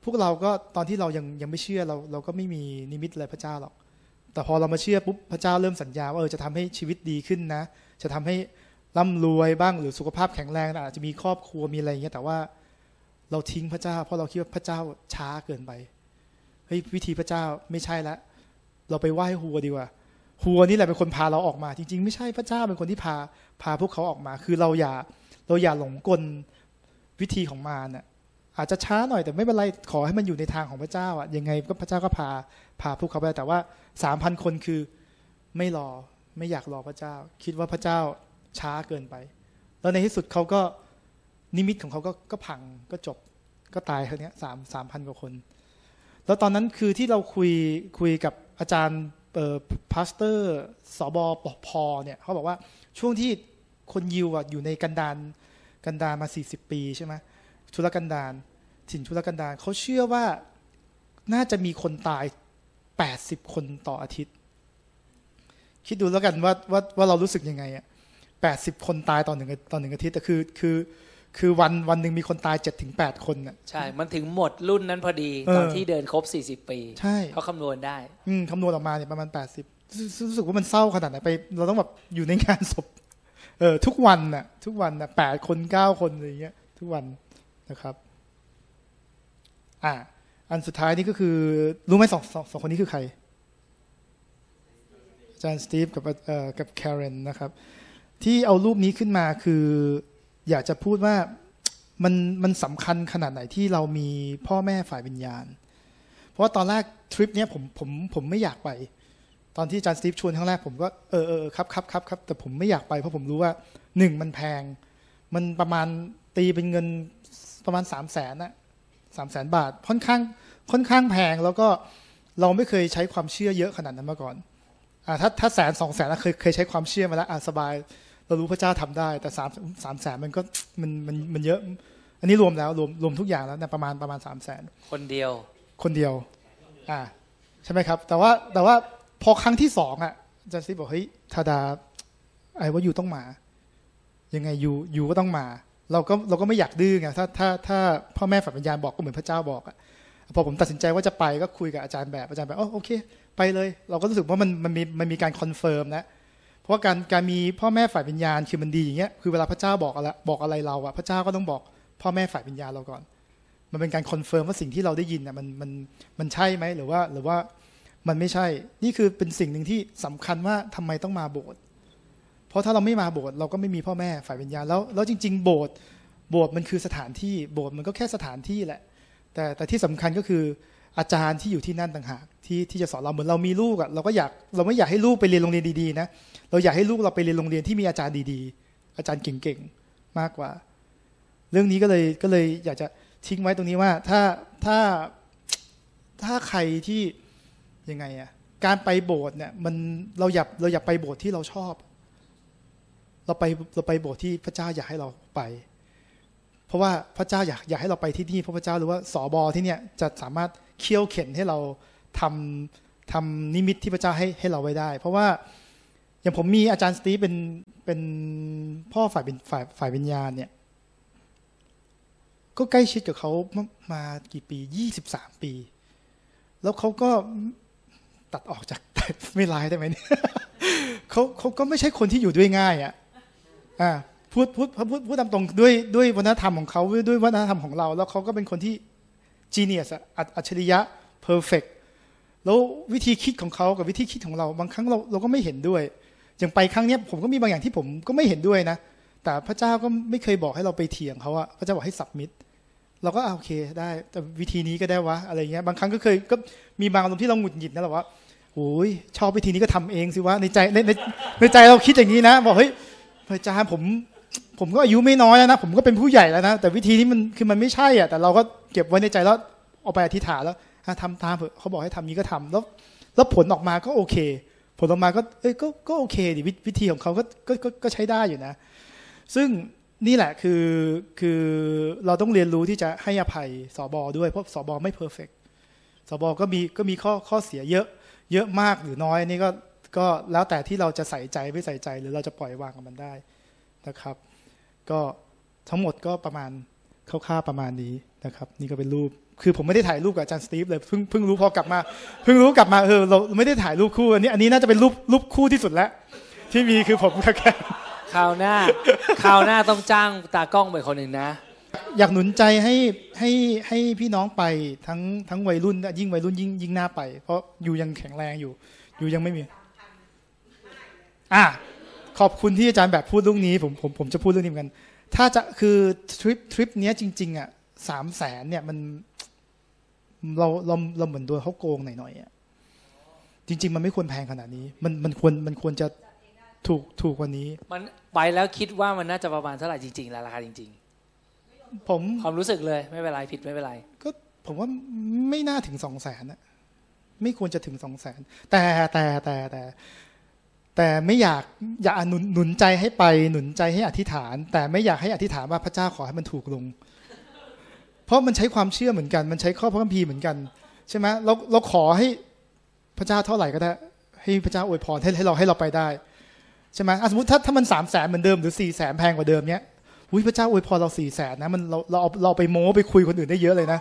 พวกเราก็ตอนที่เรายังไม่เชื่อเราก็ไม่มีนิมิตอะไรพระเจ้าหรอกแต่พอเรามาเชื่อปุ๊บพระเจ้าเริ่มสัญญาว่าจะทำให้ชีวิตดีขึ้นนะจะทำให้ร่ำรวยบ้างหรือสุขภาพแข็งแรงอาจจะมีครอบครัวมีอะไรอย่างเงี้ยแต่ว่าเราทิ้งพระเจ้าเพราะเราคิดว่าพระเจ้าช้าเกินไปเฮ้ยวิธีพระเจ้าไม่ใช่ละเราไปไหว้ฮัวดีกว่าฮัวนี่แหละเป็นคนพาเราออกมาจริงๆไม่ใช่พระเจ้าเป็นคนที่พาพวกเขาออกมาคือเราอย่าหลงกลวิธีของมารน่ะอาจจะช้าหน่อยแต่ไม่เป็นไรขอให้มันอยู่ในทางของพระเจ้าอ่ะยังไงก็พระเจ้าก็พาพวกเขาไปแต่ว่า 3,000 คนคือไม่รอไม่อยากรอพระเจ้าคิดว่าพระเจ้าช้าเกินไปแล้วในที่สุดเขาก็นิมิตของเขาก็พังก็จบก็ตายครั้งนี้3,000 กว่าคนแล้วตอนนั้นคือที่เราคุยกับอาจารย์พาสเตอร์สบพเนี่ยเขาบอกว่าช่วงที่คนยิวอยู่ในกันดารมา40 ปีใช่ไหมทุรกันดารถิ่นทุรกันดารเขาเชื่อว่าน่าจะมีคนตาย80 คนต่ออาทิตย์คิดดูแล้วกันว่าเรารู้สึกยังไงอ่ะ80 คนตายต่อหนึ่งอาทิตย์แต่คือวันหนึ่งมีคนตาย 7-8 คนน่ะใช่มันถึงหมดรุ่นนั้นพอดีตอนที่เดินครบ40 ปีใช่เขาคำนวณได้คำนวณออกมาเนี่ยประมาณ80รู้สึกว่ามันเศร้าขนาดไหนไปเราต้องแบบอยู่ในงานศพทุกวันน่ะ8 คน9 คนอะไรอย่างเงี้ยทุกวันนะครับอันสุดท้ายนี่ก็คือรู้ไหมสองคนนี้คือใครอาจารย์สตีฟกับแคเรนนะครับที่เอารูปนี้ขึ้นมาคืออยากจะพูดว่ามันสำคัญขนาดไหนที่เรามีพ่อแม่ฝ่ายวิญญาณเพราะว่าตอนแรกทริปนี้ผมไม่อยากไปตอนที่อาจารย์สตีฟชวนครั้งแรกผมก็ครับแต่ผมไม่อยากไปเพราะผมรู้ว่า1มันแพงมันประมาณตีเป็นเงินประมาณ300,000 บาทค่อนข้างแพงแล้วก็เราไม่เคยใช้ความเชื่อเยอะขนาดนั้นมาก่อนถ้า100,000-200,000เคยใช้ความเชื่อมาแล้วสบายเรารู้พระเจ้าทำได้แต่300,000มันก็มันเยอะอันนี้รวมแล้วรวมทุกอย่างแล้วประมาณ300,000คนเดียวใช่ไหมครับแต่ว่าพอครั้งที่2อาจารย์ซิบอกเฮ้ยธาดาไอ้ว่าอยู่ต้องมายังไงอยู่ก็ต้องมาเราก็ไม่อยากดื้อไงถ้าพ่อแม่ฝ่ายวิญญาณบอกก็เหมือนพระเจ้าบอกพอผมตัดสินใจว่าจะไปก็คุยกับอาจารย์แบบโอเคไปเลยเราก็รู้สึกว่ามันมีการคอนเฟิร์มนะเพราะว่าการมีพ่อแม่ฝ่ายวิญญาณคือมันดีอย่างเงี้ยคือเวลาพระเจ้าบอกอะไรเราพระเจ้าก็ต้องบอกพ่อแม่ฝ่ายวิญญาณเราก่อนมันเป็นการคอนเฟิร์มว่าสิ่งที่เราได้ยินมันใช่ไหมหรือว่ามันไม่ใช่นี่คือเป็นสิ่งหนึ่งที่สำคัญว่าทำไมต้องมาโบสถ์เพราะถ้าเราไม่มาโบสถ์เราก็ไม่มีพ่อแม่ฝ่ายวิญญาณแล้วจริงๆโบสถ์มันคือสถานที่โบสถ์มันก็แค่สถานที่แหละแต่ที่สำคัญก็คืออาจารย์ที่อยู่ที่นั่นต่างหากที่จะสอนเราเหมือนเรามีลูกเราไม่อยากให้ลูกไปเรียนโรงเรียนดีๆนะเราอยากให้ลูกเราไปเรียนโรงเรียนที่มีอาจารย์ดีๆอาจารย์เก่งๆมากกว่าเรื่องนี้ก็เลยอยากจะทิ้งไว้ตรงนี้ว่าถ้าใครที่ยังไงการไปโบสถ์เนี่ยเราอยากไปโบสถ์ที่เราชอบเราไปโบสถ์ที่พระเจ้าอยากให้เราไปเพราะว่าพระเจ้าอยากให้เราไปที่นี่เพราะพระเจ้ารู้ว่าสบที่เนี่ยจะสามารถเคี่ยวเข็นให้เราทำนิมิตที่พระเจ้าให้เราไว้ได้เพราะว่าอย่างผมมีอาจารย์สตีฟเป็นพ่อฝ่ายวิญญาณเนี่ยก็ใกล้ชิดกับเขามากี่ปี23 ปีแล้วเขาก็ตัดออกจากไม่ร้ายได้ไหมเนี่ยเขาก็ไม่ใช่คนที่อยู่ด้วยง่ายพูดตามตรงด้วยวัฒนธรรมของเขาด้วยวัฒนธรรมของเราแล้วเขาก็เป็นคนที่ genius อัจฉริยะ perfect แล้ววิธีคิดของเขากับวิธีคิดของเราบางครั้งเราก็ไม่เห็นด้วยอย่างไปครั้งนี้ผมก็มีบางอย่างที่ผมก็ไม่เห็นด้วยนะแต่พระเจ้าก็ไม่เคยบอกให้เราไปเถียงเขาพระเจ้าบอกให้ submit เราก็โอเคได้แต่วิธีนี้ก็ได้วะอะไรเงี้ยบางครั้งก็มีบางอารมณ์ที่เราหงุดหงิดนะหรอวะโอ้ยชอบวิธีนี้ก็ทำเองสิวะในใจเราคิดอย่างนี้นะบอกเฮ้ยพระเจ้าผมก็อายุไม่น้อยแล้วนะผมก็เป็นผู้ใหญ่แล้วนะแต่วิธีนี้มันไม่ใช่แต่เราก็เก็บไว้ในใจแล้วเอาไปอธิษฐานแล้วทำตามเขาบอกให้ทำนี้ก็ทำแล้วผลออกมาก็โอเคผลออกมาก็โอเคดิวิธีของเขาก็ใช้ได้อยู่นะซึ่งนี่แหละคือเราต้องเรียนรู้ที่จะให้อภัยสบด้วยเพราะสบไม่เพอร์เฟกต์สบก็มีข้อเสียเยอะมากหรือน้อยนี่ก็แล้วแต่ที่เราจะใส่ใจไม่ใส่ใจหรือเราจะปล่อยวางกับมันได้นะครับก็ทั้งหมดก็ประมาณคร่าวๆประมาณนี้นะครับนี่ก็เป็นรูปคือผมไม่ได้ถ่ายรูปกับอาจารย์สตีฟเลยเพิ่งรู้พอกลับมาเราไม่ได้ถ่ายรูปคู่อันนี้น่าจะเป็นรูปคู่ที่สุดแล้วที่มีคือผมกับแกคราวหน้าต้องจ้างตากล้องไปคนหนึ่งนะอยากหนุนใจให้พี่น้องไปทั้งวัยรุ่นยิ่งวัยรุ่นยิ่งน่าไปเพราะอยู่ยังแข็งแรงอยู่ยังไม่มีขอบคุณที่อาจารย์แบบพูดเรื่องนี้ผมจะพูดเรื่องนี้เหมือนกันถ้าจะคือทริปนี้จริงๆอ่ะ300,000เนี่ยมันเราเหมือนโดนเขาโกงหน่อยๆจริงๆมันไม่ควรแพงขนาดนี้มันควรจะถูกกว่านี้มันไปแล้วคิดว่ามันน่าจะประมาณเท่าไหร่จริงๆแล้วราคาจริงๆผมความรู้สึกเลยไม่เป็นไรผิดไม่เป็นไรก็ผมว่าไม่น่าถึง200,000นะไม่ควรจะถึง200,000แต่ไม่อยากหนุนใจให้ไปหนุนใจให้อธิษฐานแต่ไม่อยากให้อธิษฐานว่าพระเจ้าขอให้มันถูกลงเพราะมันใช้ความเชื่อเหมือนกันมันใช้ข้อพระคัมภีร์เหมือนกันใช่ไหมเราขอให้พระเจ้าเท่าไหร่ก็ได้ให้พระเจ้าอวยพรให้เราไปได้ใช่ไหมสมมติถ้ามัน300,000เหมือนเดิมหรือ400,000แพงกว่าเดิมเนี้ยพระเจ้าอวยพรเรา400,000นะมันเราไปโม้ไปคุยคนอื่นได้เยอะเลยนะ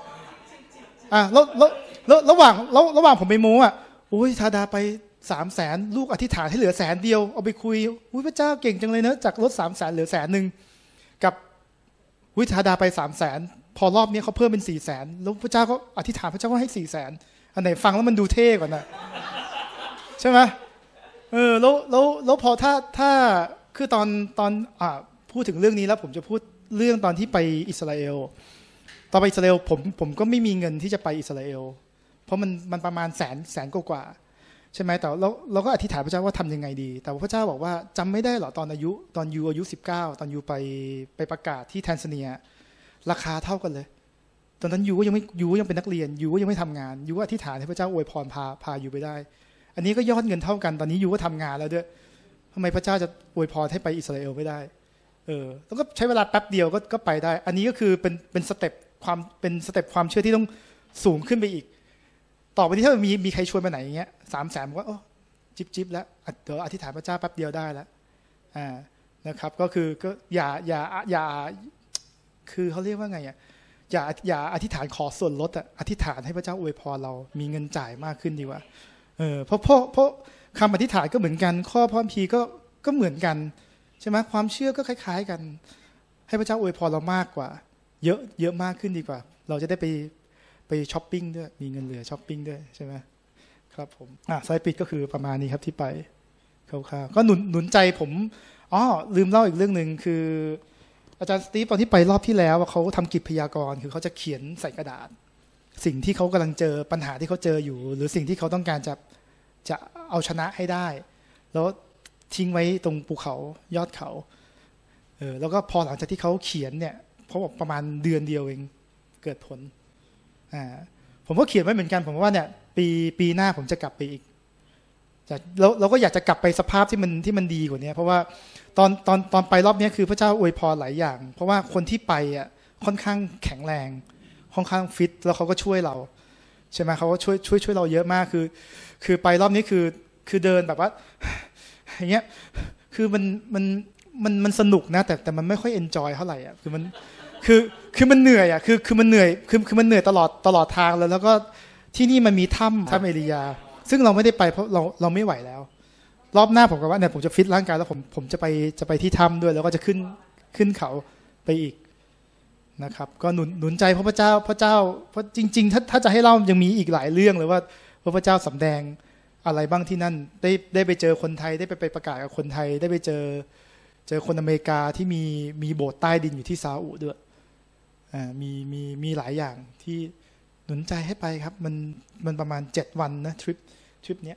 แล้วระหว่างผมไปโม้ธาดาไป300,000ลูกอธิษฐานให้เหลือ100,000เอาไปคุยพระเจ้าเก่งจังเลยนะจากลด300,000เหลือ100,000กับธาดาไป300,000พอรอบนี้เขาเพิ่มเป็น400,000แล้วพระเจ้าก็อธิษฐานพระเจ้าก็ให้400,000อันไหนฟังแล้วมันดูเท่กว่านะใช่ไหมแล้วพอถ้าคือตอนพูดถึงเรื่องนี้แล้วผมจะพูดเรื่องตอนที่ไปอิสราเอลตอนไปอิสราเอลผมก็ไม่มีเงินที่จะไปอิสราเอลเพราะมันประมาณแสนกว่าใช่ไหมแต่เราก็อธิษฐานพระเจ้าว่าทำยังไงดีแต่พระเจ้าบอกว่าจำไม่ได้หรอตอนยูอายุ19ตอนยูไปประกาศที่แทนซาเนียราคาเท่ากันเลยตอนนั้นยูก็ยังเป็นนักเรียนยูก็ยังไม่ทำงานยูก็อธิษฐานให้พระเจ้าอวยพรพายูไปได้อันนี้ก็ยอดเงินเท่ากันตอนนี้ยูก็ทำงานแล้วด้วยทำไมพระเจ้าจะอวยพรให้ไปอิสราเอลไม่ได้แล้วก็ใช้เวลาแป๊บเดียวก็ไปได้อันนี้ก็คือเป็นสเต็ปความเชื่อที่ต้องสูงขึ้นไปอีกต่อไปที่ถ้ามีใครชวนไปไหนอย่างเงี้ย300,000ผมว่าจิ๊บแล้วเดี๋ยวอธิษฐานพระเจ้าแป๊บเดียวได้แล้วนะครับก็คือก็อย่าคือเขาเรียกว่าไงอย่าอธิษฐานขอส่วนลดอธิษฐานให้พระเจ้าอวยพรเรามีเงินจ่ายมากขึ้นดีกว่าเพราะคำอธิษฐานก็เหมือนกันข้อพระคัมภีร์ก็เหมือนกันใช่ไหมความเชื่อก็คล้ายๆกันให้พระเจ้าอวยพรเรามากกว่าเยอะมากขึ้นดีกว่าเราจะได้ไปช้อปปิ้งด้วยมีเงินเหลือช้อปปิ้งด้วยใช่ไหมครับผมสายปิดก็คือประมาณนี้ครับที่ไปคร่าวๆก็หนุนใจผมลืมเล่าอีกเรื่องนึงคืออาจารย์สตีฟตอนที่ไปรอบที่แล้วเขาทำกิจพยากรณ์คือเขาจะเขียนใส่กระดาษสิ่งที่เขากำลังเจอปัญหาที่เขาเจออยู่หรือสิ่งที่เขาต้องการจะเอาชนะให้ได้แล้วทิ้งไว้ตรงภูเขายอดเขาแล้วก็พอหลังจากที่เขาเขียนเนี่ยเขาบอกประมาณเดือนเดียวเองเกิดผลผมก็เขียนไว้เหมือนกันผมว่าเนี่ยปีหน้าผมจะกลับไปอีกเราก็อยากจะกลับไปสภาพที่มันดีกว่านี้เพราะว่าตอนไปรอบนี้คือพระเจ้าอวยพรหลายอย่างเพราะว่าคนที่ไปค่อนข้างแข็งแรงค่อนข้างฟิตแล้วเขาก็ช่วยเราใช่ไหมเขาก็ช่วยเราเยอะมากคือไปรอบนี้คือเดินแบบว่าอย่างเงี้ยคือมันสนุกนะแต่มันไม่ค่อยเอนจอยเท่าไหร่คือมันเหนื่อยคือมันเหนื่อยคือมันเหนื่อยตลอดทางแล้วก็ที่นี่มันมีถ้ำเอลียาซึ่งเราไม่ได้ไปเพราะเราไม่ไหวแล้วรอบหน้าผมก็ว่าเนี่ยผมจะฟิตร่างกายแล้วผมจะไปที่ถ้ำด้วยแล้วก็จะขึ้นเขาไปอีกนะครับก็หนุนใจเพราะพระเจ้าเพราะจริงๆถ้าจะให้เล่ายังมีอีกหลายเรื่องเลยว่าพระเจ้าสำแดงอะไรบ้างที่นั่นได้ไปเจอคนไทยได้ไปประกาศกับคนไทยได้ไปเจอคนอเมริกาที่มีโบสถ์ใต้ดินอยู่ที่ซาอุด้วยมีหลายอย่างที่หนุนใจให้ไปครับมันประมาณ7วันนะทริปเนี้ย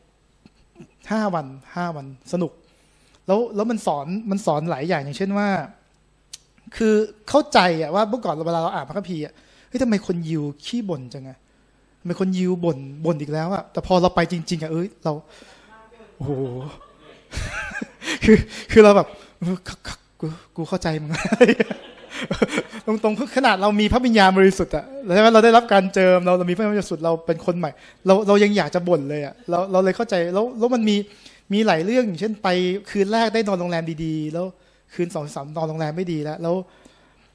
5 วันสนุกแล้วมันสอนหลายอย่างอย่างเช่นว่าคือเข้าใจว่าเมื่อก่อนเวลาเราอ่านพระคัมภีร์เฮ้ยทำไมคนยิวขี้บ่นจังทำไมคนยิวบ่นอีกแล้วแต่พอเราไปจริงๆเราโอ้โหคือเราแบบกูเข้าใจมึงตรงขนาดเรามีพระวิญญาณบริสุทธิ์ใช่ไหมเราได้รับการเจิมเรามีพระวิญญาณบริสุทธิ์เราเป็นคนใหม่เรายังอยากจะบ่นเลยเราเลยเข้าใจแล้วมันมีหลายเรื่องอย่างเช่นไปคืนแรกได้นอนโรงแรมดีๆแล้วคืน2-3นอนโรงแรมไม่ดีแล้ว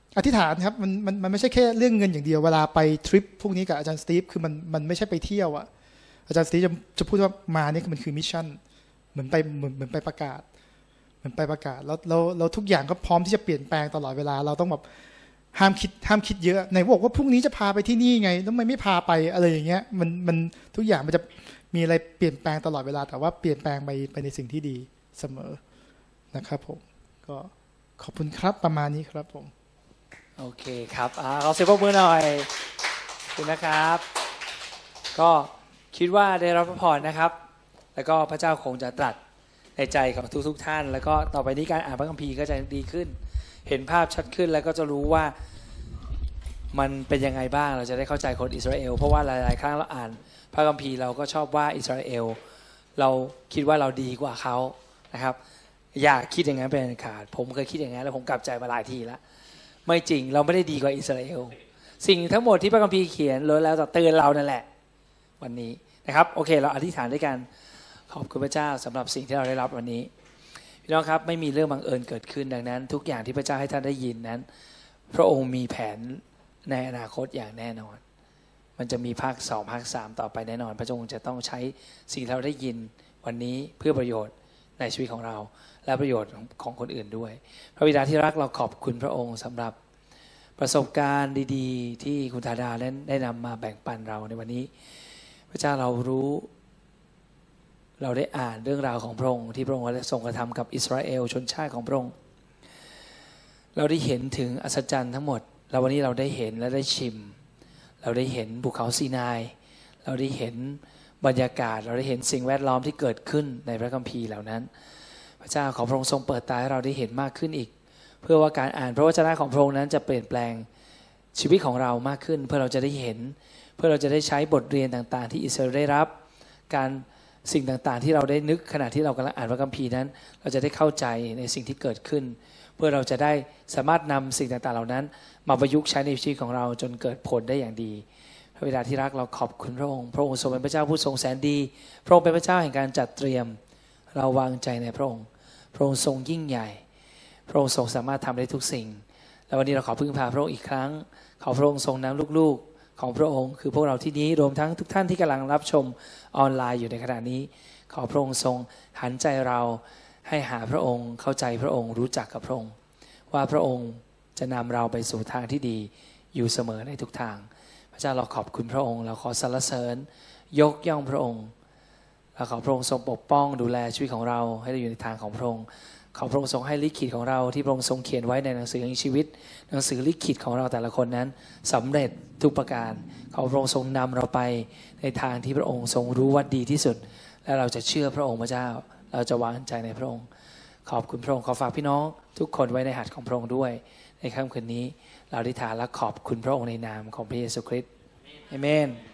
อธิษฐานครับมันไม่ใช่แค่เรื่องเงินอย่างเดียวเวลาไปทริปพวกนี้กับอาจารย์สตีฟคือมันไม่ใช่ไปเที่ยวอ่ะอาจารย์สตีฟจะพูดว่ามานี่มันคือมิชชั่นเหมือนไปประกาศแล้วทุกอย่างก็พร้อมที่จะเปลี่ยนแปลงตลอดเวลาเราต้องแบบห้ามคิดเยอะไหนบอกว่าพรุ่งนี้จะพาไปที่นี่ไงแล้วทำไมไม่พาไปอะไรอย่างเงี้ยมันทุกอย่างมันจะมีอะไรเปลี่ยนแปลงตลอดเวลาแต่ว่าเปลี่ยนแปลงไปในสิ่งที่ดีเสมอนะครับผมก็ขอบคุณครับประมาณนี้ครับผมโอเคครับขอเสียงปรบมือหน่อยขอบคุณนะครับก็คิดว่าได้รับพระพรนะครับแล้วก็พระเจ้าคงจะตรัสในใจของทุกท่านแล้วก็ต่อไปนี้การอ่านพระคัมภีร์ก็จะดีขึ้นเห็นภาพชัดขึ้นแล้วก็จะรู้ว่ามันเป็นยังไงบ้างเราจะได้เข้าใจคนอิสราเอลเพราะว่าหลายๆครั้งเราอ่านพระคัมภีร์เราก็ชอบว่าอิสราเอลเราคิดว่าเราดีกว่าเขานะครับอย่าคิดอย่างนั้นเป็นอันขาดผมเคยคิดอย่างนั้นแล้วผมกลับใจมาหลายทีแล้วไม่จริงเราไม่ได้ดีกว่าอิสราเอลสิ่งทั้งหมดที่พระคัมภีร์เขียนล้วนแล้วแต่เตือนเรานั่นแหละวันนี้นะครับโอเคเราอธิษฐานด้วยกันขอบคุณพระเจ้าสำหรับสิ่งที่เราได้รับวันนี้พี่น้องครับไม่มีเรื่องบังเอิญเกิดขึ้นดังนั้นทุกอย่างที่พระเจ้าให้ท่านได้ยินนั้นพระองค์มีแผนในอนาคตอย่างแน่นอนมันจะมีภาค2ภาค3ต่อไปแน่นอนพระองค์จะต้องใช้สิ่งที่เราได้ยินวันนี้เพื่อประโยชน์ในชีวิตของเราและประโยชน์ของคนอื่นด้วยพระบิดาที่รักเราขอบคุณพระองค์สำหรับประสบการณ์ดีๆที่คุณธาดาได้นำมาแบ่งปันเราในวันนี้พระเจ้าเรารู้เราได้อ่านเรื่องราวของพระองค์ที่พระองค์ได้ทรงกระทำกับอิสราเอลชนชาติของพระองค์เราได้เห็นถึงอัศจรรย์ทั้งหมดแล้ววันนี้เราได้เห็นและได้ชิมเราได้เห็นภูเขาซีนายเราได้เห็นบรรยากาศเราได้เห็นสิ่งแวดล้อมที่เกิดขึ้นในพระคัมภีร์เหล่านั้นพระเจ้าขอพระองค์ทรงเปิดตาให้เราได้เห็นมากขึ้นอีกเพื่อว่าการอ่านพระวจนะของพระองค์นั้นจะเปลี่ยนแปลงชีวิตของเรามากขึ้นเพื่อเราจะได้เห็นเพื่อเราจะได้ใช้บทเรียนต่างๆที่อิสราเอลได้รับการสิ่งต่างๆที่เราได้นึกขณะที่เรากำลังอ่านพระคัมภีร์นั้นเราจะได้เข้าใจในสิ่งที่เกิดขึ้นเพื่อเราจะได้สามารถนำสิ่งต่างๆเหล่านั้นมาประยุกต์ใช้ในชีวิตของเราจนเกิดผลได้อย่างดีพระบิดาที่รักเราขอบคุณพระองค์พระองค์ทรงเป็นพระเจ้าผู้ทรงแสนดีพระองค์เป็นพระเจ้าแห่งการจัดเตรียมเราวางใจในพระองค์พระองค์ทรงยิ่งใหญ่พระองค์ทรงสามารถทำได้ทุกสิ่งและวันนี้เราขอพึ่งพาพระองค์อีกครั้งขอพระองค์ทรงนำลูกๆของพระองค์คือพวกเราที่นี้รวมทั้งทุกท่านที่กำลังรับชมออนไลน์อยู่ในขณะนี้ขอพระองค์ทรงหันใจเราให้หาพระองค์เข้าใจพระองค์รู้จักกับพระองค์ว่าพระองค์จะนำเราไปสู่ทางที่ดีอยู่เสมอในทุกทางพระเจ้าเราขอบคุณพระองค์เราขอสรรเสริญยกย่องพระองค์เราขอพระองค์ทรงปกป้องดูแลชีวิตของเราให้เราอยู่ในทางของพระองค์ขอพระองค์ทรงให้ลิขิตของเราที่พระองค์ทรงเขียนไว้ในหนังสือแห่งชีวิตหนังสือลิขิตของเราแต่ละคนนั้นสำเร็จทุกประการขอพระองค์ทรงนำเราไปในทางที่พระองค์ทรงรู้ว่าดีที่สุดและเราจะเชื่อพระองค์พระเจ้าเราจะวางใจในพระองค์ขอบคุณพระองค์ขอฝากพี่น้องทุกคนไว้ในหัตถ์ของพระองค์ด้วยในค่ำคืนนี้เราอธิษฐานและขอบคุณพระองค์ในนามของพระเยซูคริสต์อาเมน